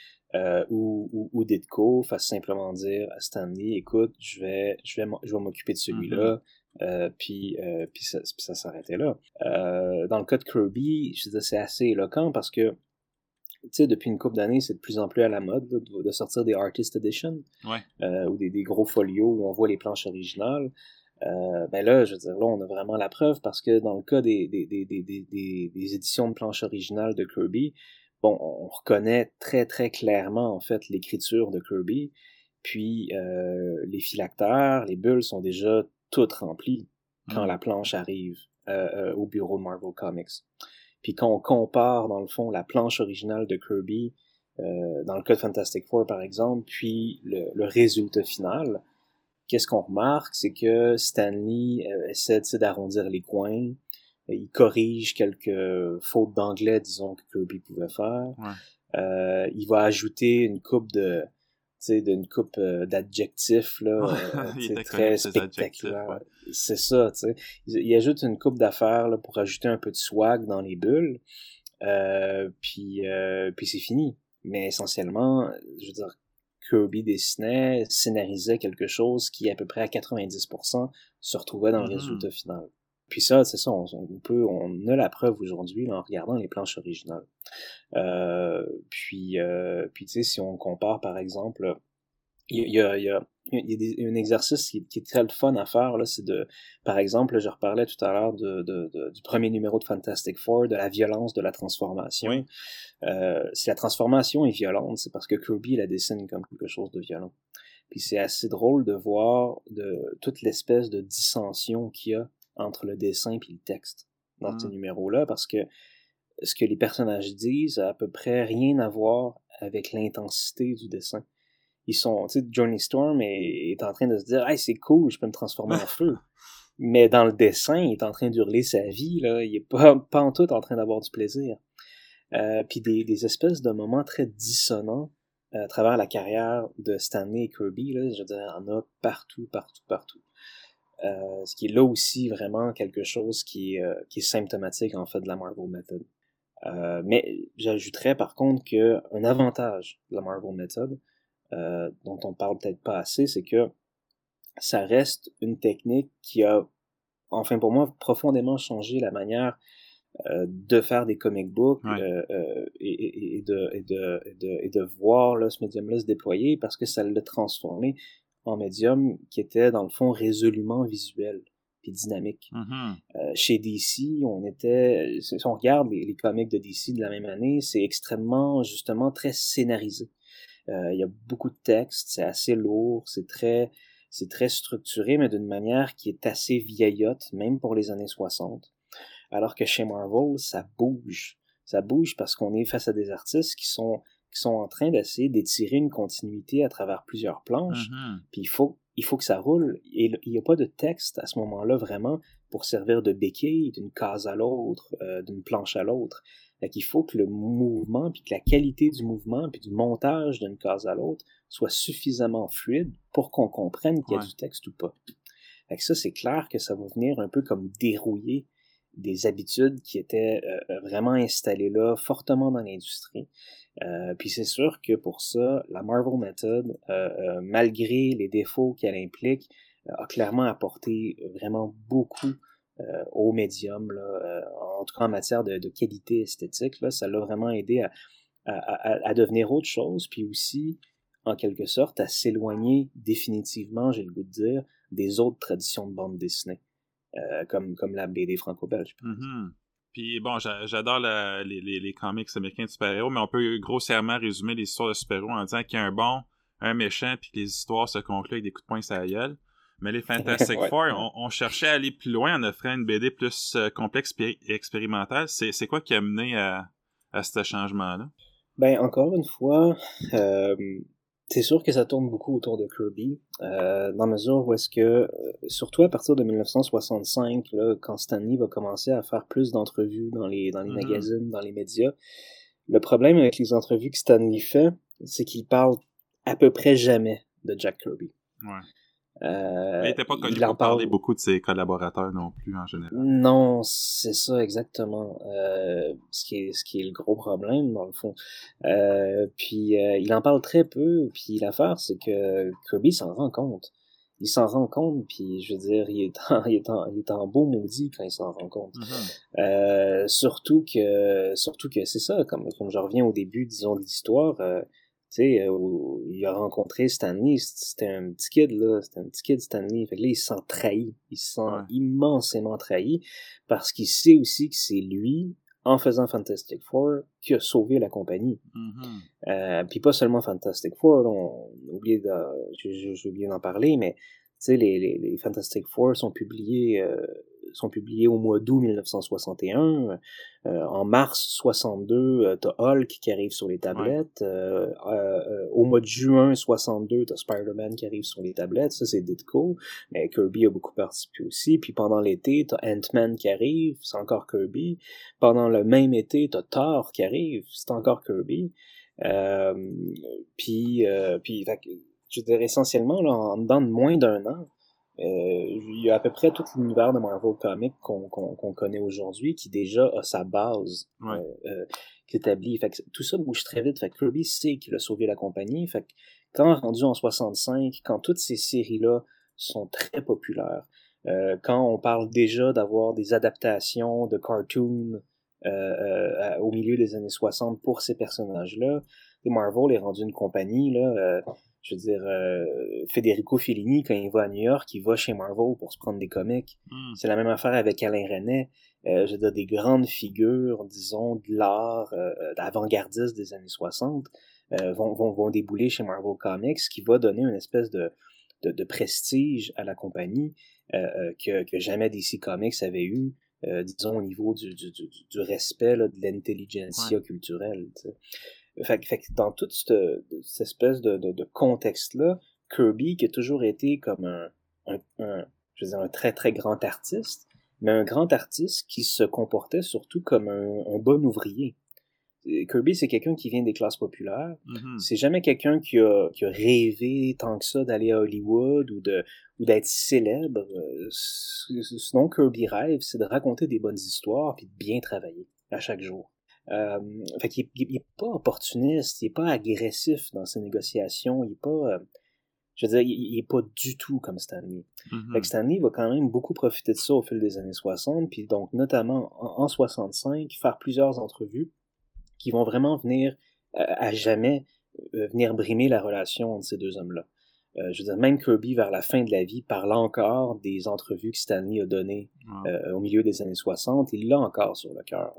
ou Ditko fasse simplement dire à Stan Lee, écoute, je vais m'occuper de celui-là, puis ça s'arrêtait là. Dans le cas de Kirby, je veux dire, c'est assez éloquent parce que, tu sais, depuis une couple d'années, c'est de plus en plus à la mode là, de sortir des Artist Edition, ou des gros folios où on voit les planches originales. Ben là, je veux dire, là, on a vraiment la preuve parce que dans le cas des éditions de planches originales de Kirby, bon, on reconnaît très très clairement en fait l'écriture de Kirby, puis les phylactères, les bulles sont déjà toutes remplies quand la planche arrive au bureau de Marvel Comics. Puis quand on compare dans le fond la planche originale de Kirby, dans le cas de Fantastic Four par exemple, puis le résultat final, qu'est-ce qu'on remarque, c'est que Stan Lee essaie d'arrondir les coins, il corrige quelques fautes d'anglais, disons, que Kirby pouvait faire. Il va ajouter une coupe d'adjectifs là, très spectaculaires. C'est ça, tu sais. Il ajoute une coupe d'affaires là, pour ajouter un peu de swag dans les bulles, puis c'est fini. Mais essentiellement, je veux dire, Kirby dessinait, scénarisait quelque chose qui, à peu près à 90%, se retrouvait dans le résultat final. Puis ça, c'est ça, on a la preuve aujourd'hui là, en regardant les planches originales. Puis tu sais, si on compare par exemple, il y a un exercice qui est très fun à faire là, c'est par exemple, je reparlais tout à l'heure du premier numéro de Fantastic Four, de la violence de la transformation. Si la transformation est violente, c'est parce que Kirby la dessine comme quelque chose de violent. Puis c'est assez drôle de voir toute l'espèce de dissension qu'il y a entre le dessin et le texte dans ces numéros-là, parce que ce que les personnages disent a à peu près rien à voir avec l'intensité du dessin. Tu sais, Johnny Storm est en train de se dire « Hey, c'est cool, je peux me transformer en feu ». Mais dans le dessin, il est en train d'hurler sa vie, là. Il est pas en tout en train d'avoir du plaisir. Puis des espèces de moments très dissonants à travers la carrière de Stanley et Kirby, là, je veux dire, il y en a partout. Ce qui est là aussi vraiment quelque chose qui est symptomatique en fait de la Marvel Method. Mais j'ajouterais par contre qu'un avantage de la Marvel Method, dont on parle peut-être pas assez, c'est que ça reste une technique qui a, enfin pour moi, profondément changé la manière de faire des comic books et de voir là, ce médium-là se déployer, parce que ça l'a transformé en médium qui était dans le fond résolument visuel puis dynamique. Chez DC, si on regarde les comics de DC de la même année, c'est extrêmement justement très scénarisé. Il y a beaucoup de textes, c'est assez lourd, c'est très structuré, mais d'une manière qui est assez vieillotte, même pour les années 60. Alors que chez Marvel, ça bouge. Ça bouge parce qu'on est face à des artistes qui sont en train d'essayer d'étirer une continuité à travers plusieurs planches. Puis il faut que ça roule. Et il n'y a pas de texte à ce moment-là vraiment pour servir de béquille d'une case à l'autre, d'une planche à l'autre. Fait qu'il faut que le mouvement, puis que la qualité du mouvement, puis du montage d'une case à l'autre soit suffisamment fluide pour qu'on comprenne qu'il y a du texte ou pas. Fait que ça, c'est clair que ça va venir un peu comme dérouiller des habitudes qui étaient vraiment installées là, fortement dans l'industrie. Puis c'est sûr que pour ça, la Marvel Method, malgré les défauts qu'elle implique, a clairement apporté vraiment beaucoup au médium, là, en tout cas en matière de qualité esthétique. Là, ça l'a vraiment aidé à devenir autre chose, puis aussi, en quelque sorte, à s'éloigner définitivement, j'ai le goût de dire, des autres traditions de bande dessinée, comme la BD franco-belge. Mm-hmm. Puis bon, j'adore les comics américains de super-héros, mais on peut grossièrement résumer les histoires de super-héros en disant qu'il y a un bon, un méchant, puis que les histoires se concluent avec des coups de poing sur la gueule. Mais les Fantastic Ouais. Four, on cherchait à aller plus loin en offrant une BD plus complexe et expérimentale. C'est quoi qui a mené à ce changement-là? Ben, encore une fois, c'est sûr que ça tourne beaucoup autour de Kirby, dans la mesure où est-ce que, surtout à partir de 1965, là, quand Stan Lee va commencer à faire plus d'entrevues dans les magazines, dans les médias, le problème avec les entrevues que Stan Lee fait, c'est qu'il parle à peu près jamais de Jack Kirby. Ouais. Mais il n'était pas connu pour parler beaucoup de ses collaborateurs non plus, en général. Non, c'est ça, exactement. Ce qui est le gros problème, dans le fond. Puis il en parle très peu, puis l'affaire, c'est que Kirby s'en rend compte. Il s'en rend compte, puis je veux dire, il est en beau maudit quand il s'en rend compte. Mm-hmm. Surtout que c'est ça, comme je reviens au début, disons, de l'histoire, tu sais, il a rencontré Stanley, c'était un petit kid, là, c'était un petit kid Stanley, fait que là, il se sent trahi, il se sent immensément trahi, parce qu'il sait aussi que c'est lui, en faisant Fantastic Four, qui a sauvé la compagnie. Mm-hmm. Puis pas seulement Fantastic Four, j'ai oublié d'en parler, mais tu sais, les Fantastic Four sont publiés au mois d'août 1961. En mars 62, t'as Hulk qui arrive sur les tablettes. Au mois de juin 62, t'as Spider-Man qui arrive sur les tablettes. Ça, c'est Ditko. Mais Kirby a beaucoup participé aussi. Puis pendant l'été, t'as Ant-Man qui arrive. C'est encore Kirby. Pendant le même été, t'as Thor qui arrive. C'est encore Kirby. Puis fait que, je dirais essentiellement, là, en dedans de moins d'un an, il y a à peu près tout l'univers de Marvel Comics qu'on connaît aujourd'hui qui déjà a sa base qui est établie. Fait que tout ça bouge très vite. Fait que Kirby sait qu'il a sauvé la compagnie. Fait que quand rendu en 65, quand toutes ces séries-là sont très populaires, quand on parle déjà d'avoir des adaptations de cartoons au milieu des années 60 pour ces personnages-là, Marvel est rendu une compagnie, là, je veux dire, Federico Fellini, quand il va à New York, il va chez Marvel pour se prendre des comics. C'est la même affaire avec Alain Resnais. Je veux dire, des grandes figures, disons, de l'art avant-gardiste des années 60 vont débouler chez Marvel Comics, ce qui va donner une espèce de prestige à la compagnie que jamais DC Comics avait eu, disons, au niveau du respect là, de l'intelligentsia culturelle. T'sais. Fait que dans toute cette espèce de contexte-là, Kirby, qui a toujours été comme je veux dire, un très très grand artiste, mais un grand artiste qui se comportait surtout comme un bon ouvrier. Kirby, c'est quelqu'un qui vient des classes populaires. Mm-hmm. C'est jamais quelqu'un qui a rêvé tant que ça d'aller à Hollywood ou d'être célèbre. Sinon, Kirby rêve, c'est de raconter des bonnes histoires puis de bien travailler à chaque jour. Fait qu'il est pas opportuniste, il est pas agressif dans ses négociations, il est pas... je veux dire, il est pas du tout comme Stan Lee. Mm-hmm. Fait que Stan Lee va quand même beaucoup profiter de ça au fil des années 60, puis donc notamment en 65, faire plusieurs entrevues qui vont vraiment venir à jamais venir brimer la relation entre ces deux hommes-là. Je veux dire, même Kirby, vers la fin de la vie, parle encore des entrevues que Stan Lee a données au milieu des années 60. Il l'a encore sur le cœur.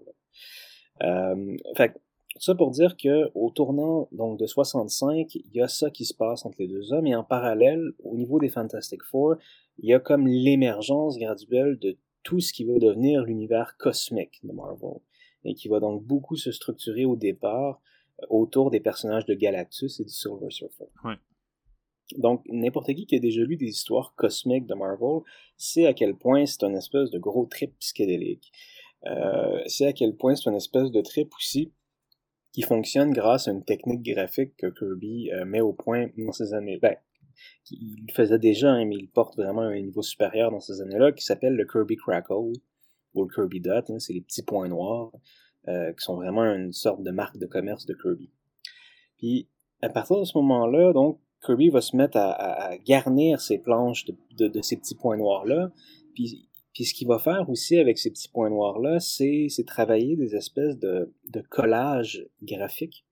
Fait ça pour dire que au tournant donc de 65, il y a ça qui se passe entre les deux hommes, et en parallèle, au niveau des Fantastic Four, il y a comme l'émergence graduelle de tout ce qui va devenir l'univers cosmique de Marvel, et qui va donc beaucoup se structurer au départ autour des personnages de Galactus et du Silver Surfer. Ouais. Donc, n'importe qui a déjà lu des histoires cosmiques de Marvel sait à quel point c'est une espèce de gros trip psychédélique. C'est à quel point c'est une espèce de trip aussi qui fonctionne grâce à une technique graphique que Kirby met au point dans ces années. Ben, il le faisait déjà, hein, mais il porte vraiment à un niveau supérieur dans ces années-là, qui s'appelle le Kirby Crackle. ou le Kirby Dot, hein, c'est les petits points noirs, qui sont vraiment une sorte de marque de commerce de Kirby. Puis, à partir de ce moment-là, donc, Kirby va se mettre à garnir ses planches de ces petits points noirs-là. Puis ce qu'il va faire aussi avec ces petits points noirs-là, c'est travailler des espèces de collages graphiques,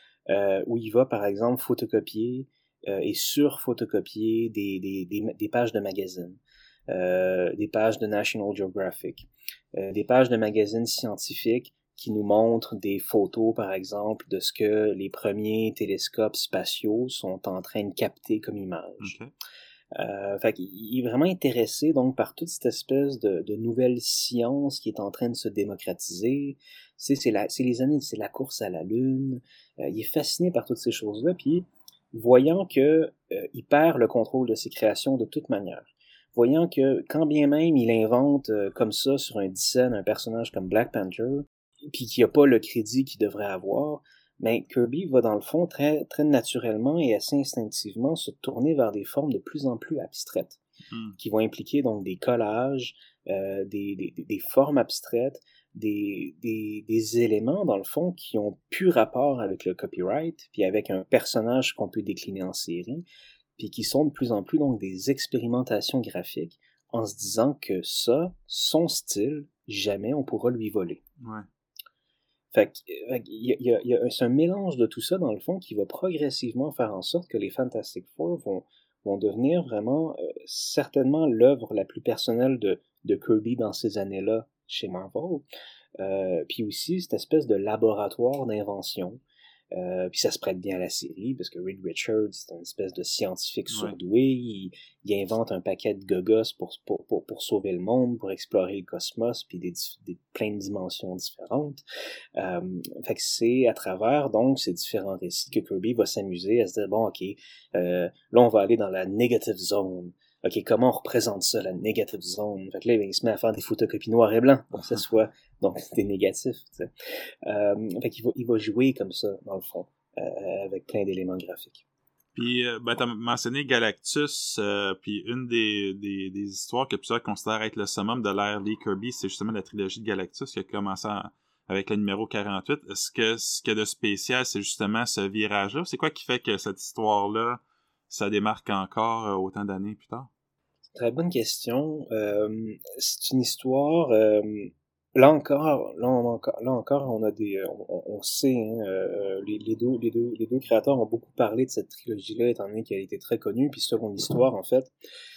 où il va, par exemple, photocopier et surphotocopier des pages de magazines, des pages de National Geographic, des pages de magazines scientifiques qui nous montrent des photos, par exemple, de ce que les premiers télescopes spatiaux sont en train de capter comme image. Okay. Fait qu'il est vraiment intéressé donc par toute cette espèce de nouvelle science qui est en train de se démocratiser. C'est la course à la Lune. Il est fasciné par toutes ces choses-là, puis voyant que il perd le contrôle de ses créations de toute manière. Voyant que quand bien même il invente comme ça sur un dixaine un personnage comme Black Panther, puis qu'il n'a pas le crédit qu'il devrait avoir, mais Kirby va dans le fond très, très naturellement et assez instinctivement se tourner vers des formes de plus en plus abstraites, qui vont impliquer donc des collages, des formes abstraites, des éléments dans le fond qui ont plus rapport avec le copyright, puis avec un personnage qu'on peut décliner en série, puis qui sont de plus en plus donc des expérimentations graphiques, en se disant que ça, son style, jamais on pourra lui voler. Ouais. Fait c'est un mélange de tout ça, dans le fond, qui va progressivement faire en sorte que les Fantastic Four vont devenir vraiment, certainement, l'œuvre la plus personnelle de Kirby dans ces années-là chez Marvel. Puis aussi, cette espèce de laboratoire d'invention. Puis ça se prête bien à la série, parce que Reed Richards, c'est une espèce de scientifique surdoué. Il invente un paquet de gogos pour sauver le monde, pour explorer le cosmos, puis plein de dimensions différentes. Fait que c'est à travers, donc, ces différents récits que Kirby va s'amuser à se dire, bon, ok, là, on va aller dans la negative zone. OK, comment on représente ça, la negative zone? Fait que là, il se met à faire des photocopies noir et blanc pour que ça soit donc des négatifs. Tu sais. Fait qu'il va jouer comme ça, dans le fond, avec plein d'éléments graphiques. Puis, t'as mentionné Galactus, puis une des histoires que plusieurs considèrent être le summum de l'ère Lee Kirby, c'est justement la trilogie de Galactus qui a commencé avec le numéro 48. Est-ce que ce qu'il y a de spécial, c'est justement ce virage-là? C'est quoi qui fait que cette histoire-là, ça démarque encore autant d'années plus tard? Très bonne question. C'est une histoire... Là encore, on a on sait, hein, les deux créateurs ont beaucoup parlé de cette trilogie-là, étant donné qu'elle était très connue, puis selon l'histoire, en fait,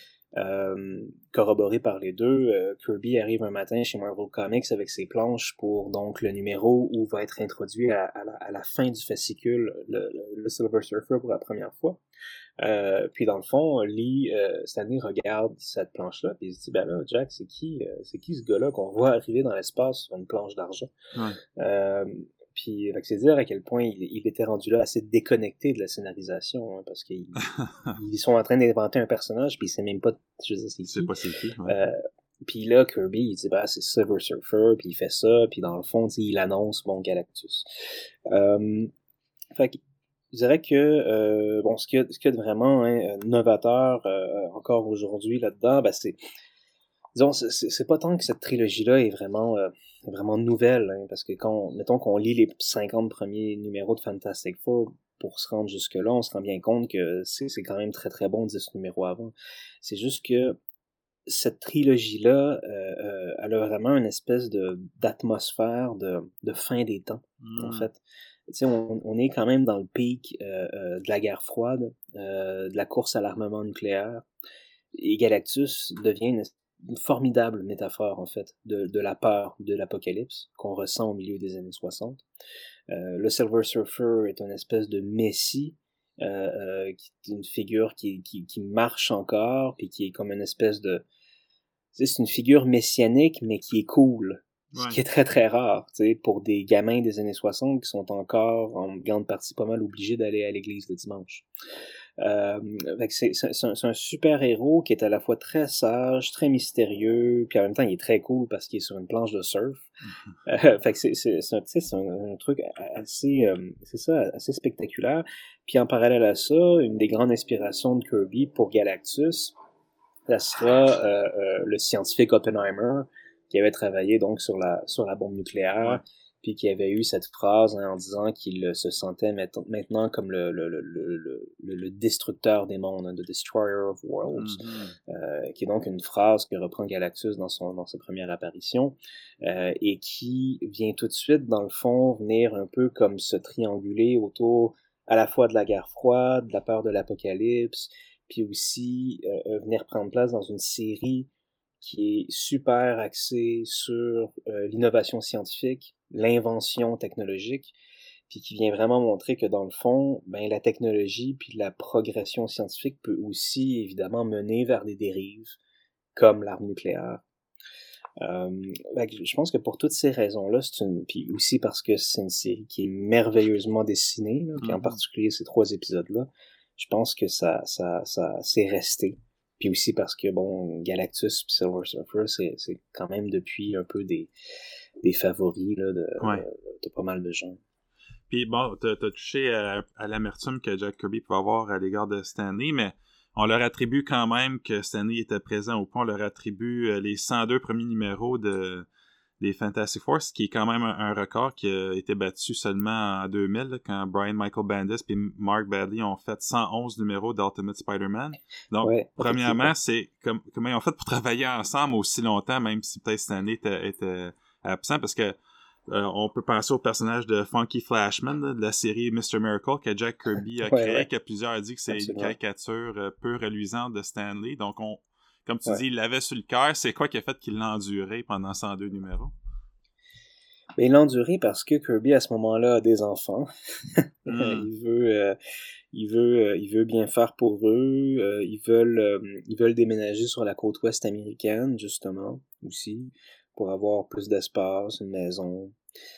corroborée par les deux, Kirby arrive un matin chez Marvel Comics avec ses planches pour donc le numéro où va être introduit à la fin du fascicule le Silver Surfer pour la première fois. Puis dans le fond, Lee, Stanley regarde cette planche-là, puis il se dit, ben là, Jack, c'est qui ce gars-là qu'on voit arriver dans l'espace sur une planche d'argent? Ouais. Puis, c'est dire à quel point il était rendu là assez déconnecté de la scénarisation, hein, parce qu'ils ils sont en train d'inventer un personnage, puis il sait même pas, je veux dire, c'est qui. C'est pas c'est qui, ouais. Puis là, Kirby, il dit, c'est Silver Surfer, puis il fait ça, puis dans le fond, il annonce, Galactus. Fait que, je dirais que ce qu'il y a de vraiment novateur encore aujourd'hui là-dedans, c'est pas tant que cette trilogie-là est vraiment nouvelle, hein, parce que mettons qu'on lit les 50 premiers numéros de Fantastic Four pour se rendre jusque-là, on se rend bien compte que c'est quand même très très bon 10 numéros avant. C'est juste que cette trilogie-là, elle a vraiment une espèce d'atmosphère de fin des temps, en fait. On est quand même dans le pic de la guerre froide, de la course à l'armement nucléaire, et Galactus devient une formidable métaphore, en fait, de la peur de l'apocalypse qu'on ressent au milieu des années 60. Le Silver Surfer est une espèce de messie, qui est une figure qui marche encore, puis qui est comme une espèce de... C'est une figure messianique, mais qui est cool. Ce qui est très très rare, pour des gamins des années 60 qui sont encore en grande partie pas mal obligés d'aller à l'église le dimanche. C'est un super héros qui est à la fois très sage, très mystérieux, puis en même temps il est très cool parce qu'il est sur une planche de surf. C'est un truc assez, assez spectaculaire. Puis en parallèle à ça, une des grandes inspirations de Kirby pour Galactus, ça sera le scientifique Oppenheimer, qui avait travaillé donc sur la bombe nucléaire, puis qui avait eu cette phrase en disant qu'il se sentait maintenant comme le destructeur des mondes, the destroyer of worlds, qui est donc une phrase que reprend Galactus dans sa première apparition, et qui vient tout de suite, dans le fond, venir un peu comme se trianguler autour à la fois de la guerre froide, de la peur de l'apocalypse, puis aussi venir prendre place dans une série qui est super axée sur l'innovation scientifique, l'invention technologique, puis qui vient vraiment montrer que dans le fond, ben la technologie puis la progression scientifique peut aussi évidemment mener vers des dérives comme l'arme nucléaire. Je pense que pour toutes ces raisons-là, puis aussi parce que c'est une série qui est merveilleusement dessinée, là, puis en particulier ces 3 épisodes-là, je pense que ça c'est resté. Puis aussi parce que, bon, Galactus puis Silver Surfer, c'est quand même depuis un peu des favoris là, de pas mal de gens. Puis bon, t'as touché à l'amertume que Jack Kirby peut avoir à l'égard de Stan Lee, mais on leur attribue quand même que Stan Lee était présent au point. On leur attribue les 102 premiers numéros des Fantastic Four, ce qui est quand même un record qui a été battu seulement en 2000, là, quand Brian Michael Bendis et Mark Bagley ont fait 111 numéros d'Ultimate Spider-Man. Donc, premièrement, c'est comment ils ont fait pour travailler ensemble aussi longtemps, même si peut-être Stan Lee était absent, parce que on peut penser au personnage de Funky Flashman, là, de la série Mr. Miracle que Jack Kirby a créé, que plusieurs ont dit que c'est une caricature peu reluisante de Stan Lee. Donc, comme tu dis, il l'avait sur le cœur. C'est quoi qui a fait qu'il l'a enduré pendant 102 numéros? Il l'a enduré parce que Kirby, à ce moment-là, a des enfants. Il veut bien faire pour eux. Ils veulent déménager sur la côte ouest américaine, justement, aussi, pour avoir plus d'espace, une maison.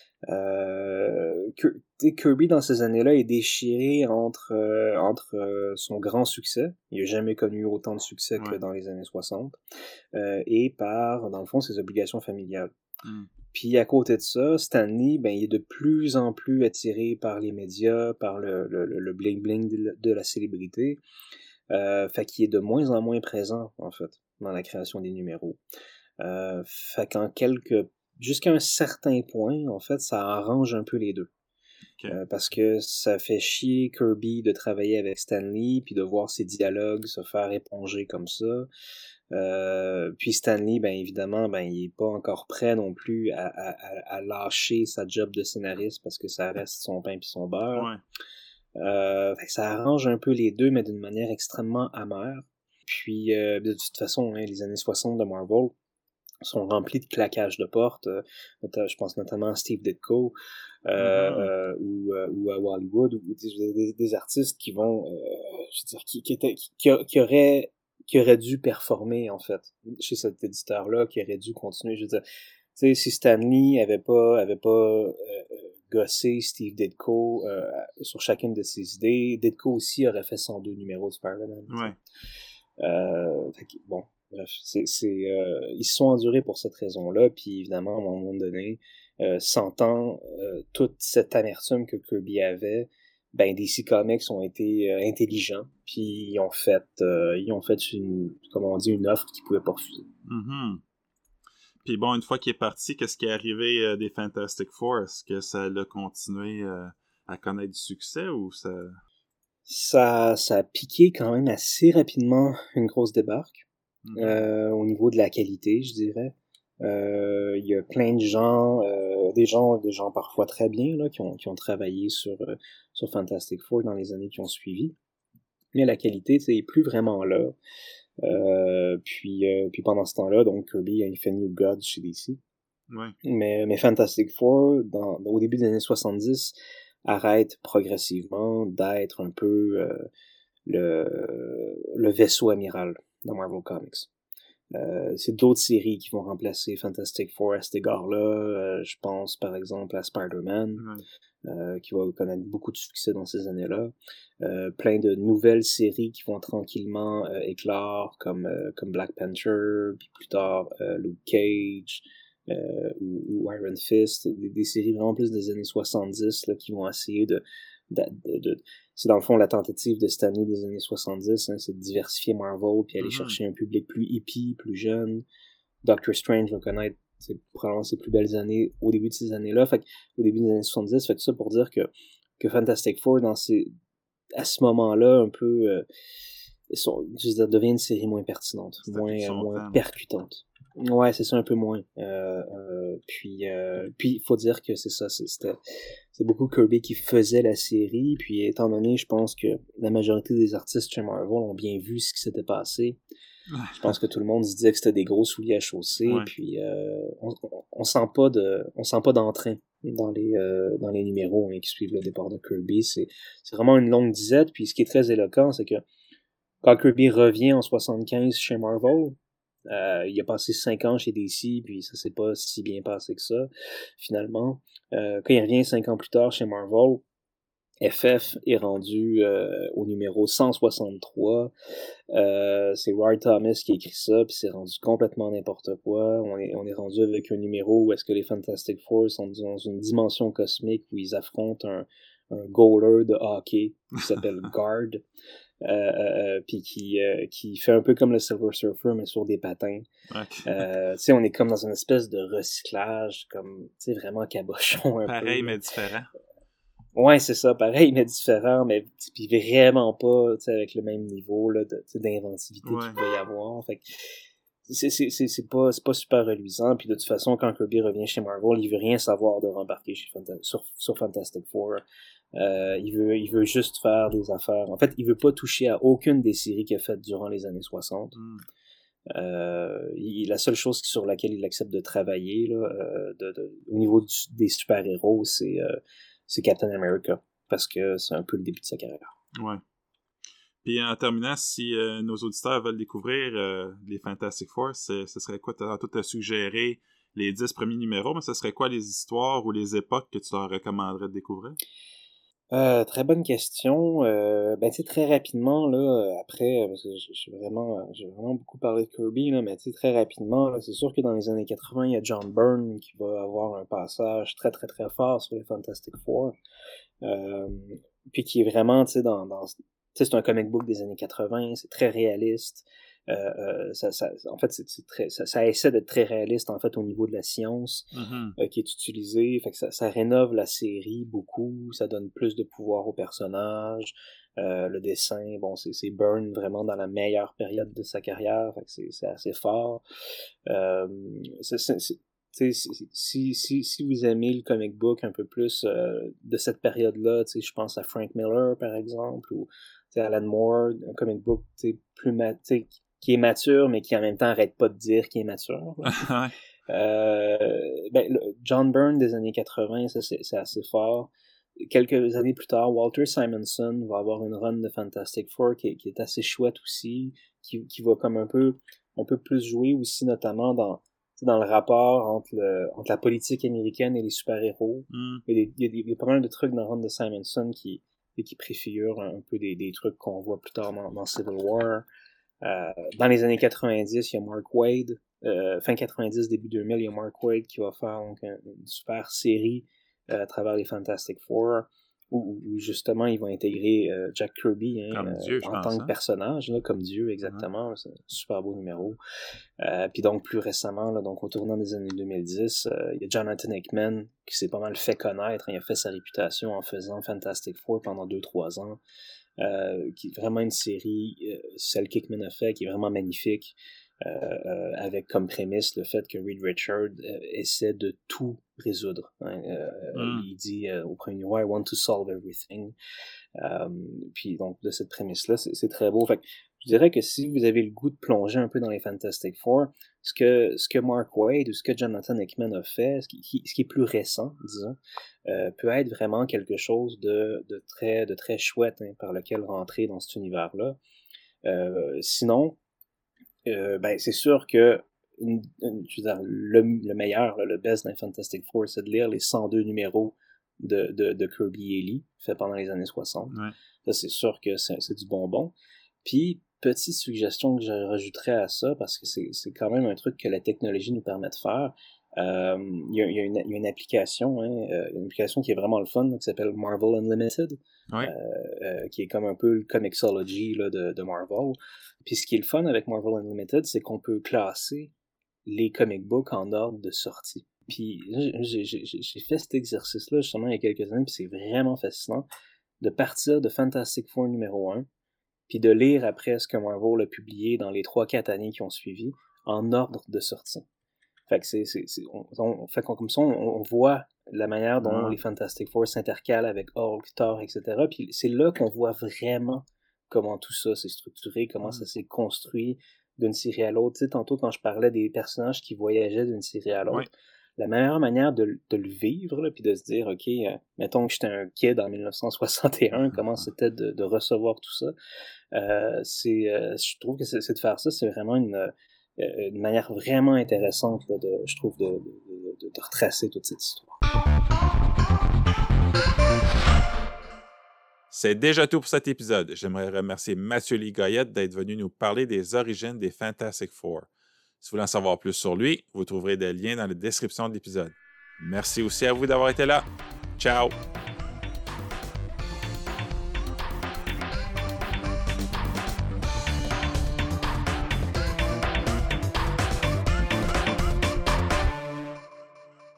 Kirby, dans ces années-là, est déchiré entre son grand succès. Il n'a jamais connu autant de succès que dans les années 60. Et par, dans le fond, ses obligations familiales. Puis à côté de ça, Stan Lee, ben, il est de plus en plus attiré par les médias, par le bling-bling de la célébrité. Fait qu'il est de moins en moins présent, en fait, dans la création des numéros. Fait jusqu'à un certain point, en fait, ça arrange un peu les deux. Parce que ça fait chier Kirby de travailler avec Stan Lee, puis de voir ses dialogues se faire éponger comme ça. Puis Stan Lee, ben évidemment, ben il est pas encore prêt non plus à lâcher sa job de scénariste parce que ça reste son pain puis son beurre. Fait que ça arrange un peu les deux, mais d'une manière extrêmement amère. Puis de toute façon, hein, les années 60 de Marvel sont remplis de claquages de portes. Je pense notamment à Steve Ditko ou à Hollywood, ou des artistes qui vont, je veux dire, qui auraient dû performer, en fait, chez cet éditeur-là, qui aurait dû continuer. Je veux dire, tu sais, si Stan Lee avait pas gossé Steve Ditko sur chacune de ses idées, Ditko aussi aurait fait 102 numéros de Spider-Man. Bon, bref, ils se sont endurés pour cette raison-là, puis évidemment, à un moment donné, sentant toute cette amertume que Kirby avait, ben DC Comics ont été intelligents, puis ils ont fait une offre qu'ils pouvaient pas refuser. Puis bon, une fois qu'il est parti, qu'est-ce qui est arrivé des Fantastic Four? Est-ce que ça l'a continué à connaître du succès ou ça... Ça a piqué quand même assez rapidement une grosse débarque au niveau de la qualité, je dirais. Il y a plein de gens, des gens parfois très bien là, qui ont travaillé sur Fantastic Four dans les années qui ont suivi. Mais la qualité, c'est plus vraiment là. Puis pendant ce temps-là, donc Kirby il fait New Gods chez DC. Mais Fantastic Four, au début des années 70, arrête progressivement d'être un peu le vaisseau amiral de Marvel Comics. C'est d'autres séries qui vont remplacer Fantastic Four à cet égard-là. Je pense par exemple à Spider-Man, qui va connaître beaucoup de succès dans ces années-là. Plein de nouvelles séries qui vont tranquillement éclore, comme Black Panther, puis plus tard Luke Cage, ou Iron Fist, des séries vraiment plus des années 70 là, qui vont essayer de c'est dans le fond la tentative de cette année des années 70, hein, c'est de diversifier Marvel puis aller chercher un public plus hippie, plus jeune. Doctor Strange va connaître probablement ses plus belles années au début de ces années-là, au début des années 70, fait que ça pour dire que Fantastic Four, à ce moment-là, un peu, devient une série moins pertinente, moins percutante. Ouais, c'est ça, un peu moins. Puis il faut dire que c'est ça, c'est beaucoup Kirby qui faisait la série, puis étant donné, je pense que la majorité des artistes chez Marvel ont bien vu ce qui s'était passé. Je pense que tout le monde se disait que c'était des gros souliers à chausser, puis on sent pas d'entrain dans les numéros qui suivent le départ de Kirby. C'est vraiment une longue disette, puis ce qui est très éloquent, c'est que quand Kirby revient en 75 chez Marvel, il a passé 5 ans chez DC, puis ça s'est pas si bien passé que ça, finalement. Quand il revient 5 ans plus tard chez Marvel, FF est rendu au numéro 163. C'est Roy Thomas qui écrit ça, puis c'est rendu complètement n'importe quoi. On est rendu avec un numéro où est-ce que les Fantastic Four sont dans une dimension cosmique où ils affrontent un goaler de hockey qui s'appelle Guard. Puis qui fait un peu comme le Silver Surfer mais sur des patins. Okay. On est comme dans une espèce de recyclage comme vraiment cabochon un pareil peu. Mais différent. Ouais, c'est ça, pareil mais différent, mais puis vraiment pas avec le même niveau là d'inventivité qu'il peut y avoir. Fait que c'est pas super reluisant, puis de toute façon quand Kirby revient chez Marvel, il veut rien savoir de rembarquer sur Fantastic Four. Il veut juste faire des affaires. En fait, il veut pas toucher à aucune des séries qu'il a faites durant les années 60. La seule chose sur laquelle il accepte de travailler là, au niveau des super-héros, c'est Captain America, parce que c'est un peu le début de sa carrière. Ouais. Puis en terminant, si nos auditeurs veulent découvrir les Fantastic Four, ce serait quoi? Tu as suggéré les 10 premiers numéros, mais ce serait quoi les histoires ou les époques que tu leur recommanderais de découvrir? Très bonne question. Très rapidement, là, après, parce que j'ai vraiment beaucoup parlé de Kirby, là, mais très rapidement, là, c'est sûr que dans les années 80, il y a John Byrne qui va avoir un passage très, très, très fort sur les Fantastic Four. Puis qui est vraiment, c'est un comic book des années 80, c'est très réaliste. En fait, ça essaie d'être très réaliste en fait au niveau de la science qui est utilisée. Fait que ça rénove la série beaucoup, ça donne plus de pouvoir aux personnages. Le dessin, bon, c'est Byrne vraiment dans la meilleure période de sa carrière, fait que c'est assez fort. Si vous aimez le comic book un peu plus de cette période-là, je pense à Frank Miller par exemple, ou Alan Moore, un comic book plus qui est mature, mais qui en même temps arrête pas de dire qu'il est mature. John Byrne des années 80, ça c'est assez fort. Quelques années plus tard, Walter Simonson va avoir une run de Fantastic Four qui est assez chouette aussi, qui va comme un peu plus jouer aussi notamment dans le rapport entre la politique américaine et les super-héros. Il y a pas mal de trucs dans la run de Simonson qui préfigurent un peu des trucs qu'on voit plus tard dans Civil War. Dans les années 90, il y a Mark Waid. Fin 90, début 2000, il y a Mark Waid qui va faire donc, une super série à travers les Fantastic Four, où justement ils vont intégrer Jack Kirby en tant que personnage, là, comme Dieu, exactement. C'est un super beau numéro. Puis donc plus récemment, là, donc au tournant des années 2010, il y a Jonathan Hickman qui s'est pas mal fait connaître. Il a fait sa réputation en faisant Fantastic Four pendant 2-3 ans. Qui est vraiment une série, celle qu'Hickman a fait, qui est vraiment magnifique, avec comme prémisse le fait que Reed Richards essaie de tout résoudre. Il dit au premier numéro, I want to solve everything. Puis donc de cette prémisse-là, c'est très beau. Fait que je dirais que si vous avez le goût de plonger un peu dans les Fantastic Four, ce que Mark Waid ou ce que Jonathan Hickman a fait, ce qui est plus récent, disons, peut être vraiment quelque chose de très chouette par lequel rentrer dans cet univers-là. Sinon, c'est sûr que je veux dire, le meilleur, le best dans Fantastic Four, c'est de lire les 102 numéros de Kirby et Lee, fait pendant les années 60. Ouais. Ça, c'est sûr que c'est du bonbon. Puis, petite suggestion que je rajouterais à ça, parce que c'est quand même un truc que la technologie nous permet de faire. Il y a une application, une application qui est vraiment le fun, qui s'appelle Marvel Unlimited, qui est comme un peu le Comixology là, de Marvel. Puis ce qui est le fun avec Marvel Unlimited, c'est qu'on peut classer les comic books en ordre de sortie. Puis j'ai fait cet exercice-là justement il y a quelques années, puis c'est vraiment fascinant de partir de Fantastic Four numéro 1, puis de lire après ce que Marvel a publié dans les 3-4 années qui ont suivi, en ordre de sortie. Fait que comme ça, on voit la manière dont les Fantastic Four s'intercalent avec Hulk, Thor, etc. Puis c'est là qu'on voit vraiment comment tout ça s'est structuré, comment ça s'est construit d'une série à l'autre. Tu sais, tantôt, quand je parlais des personnages qui voyageaient d'une série à l'autre, la meilleure manière de le vivre, là, puis de se dire, OK, mettons que j'étais un kid en 1961, comment c'était de recevoir tout ça, je trouve que c'est de faire ça, c'est vraiment une manière vraiment intéressante, là, je trouve, de retracer toute cette histoire. C'est déjà tout pour cet épisode. J'aimerais remercier Mathieu Lee Goyette d'être venu nous parler des origines des Fantastic Four. Si vous voulez en savoir plus sur lui, vous trouverez des liens dans la description de l'épisode. Merci aussi à vous d'avoir été là. Ciao!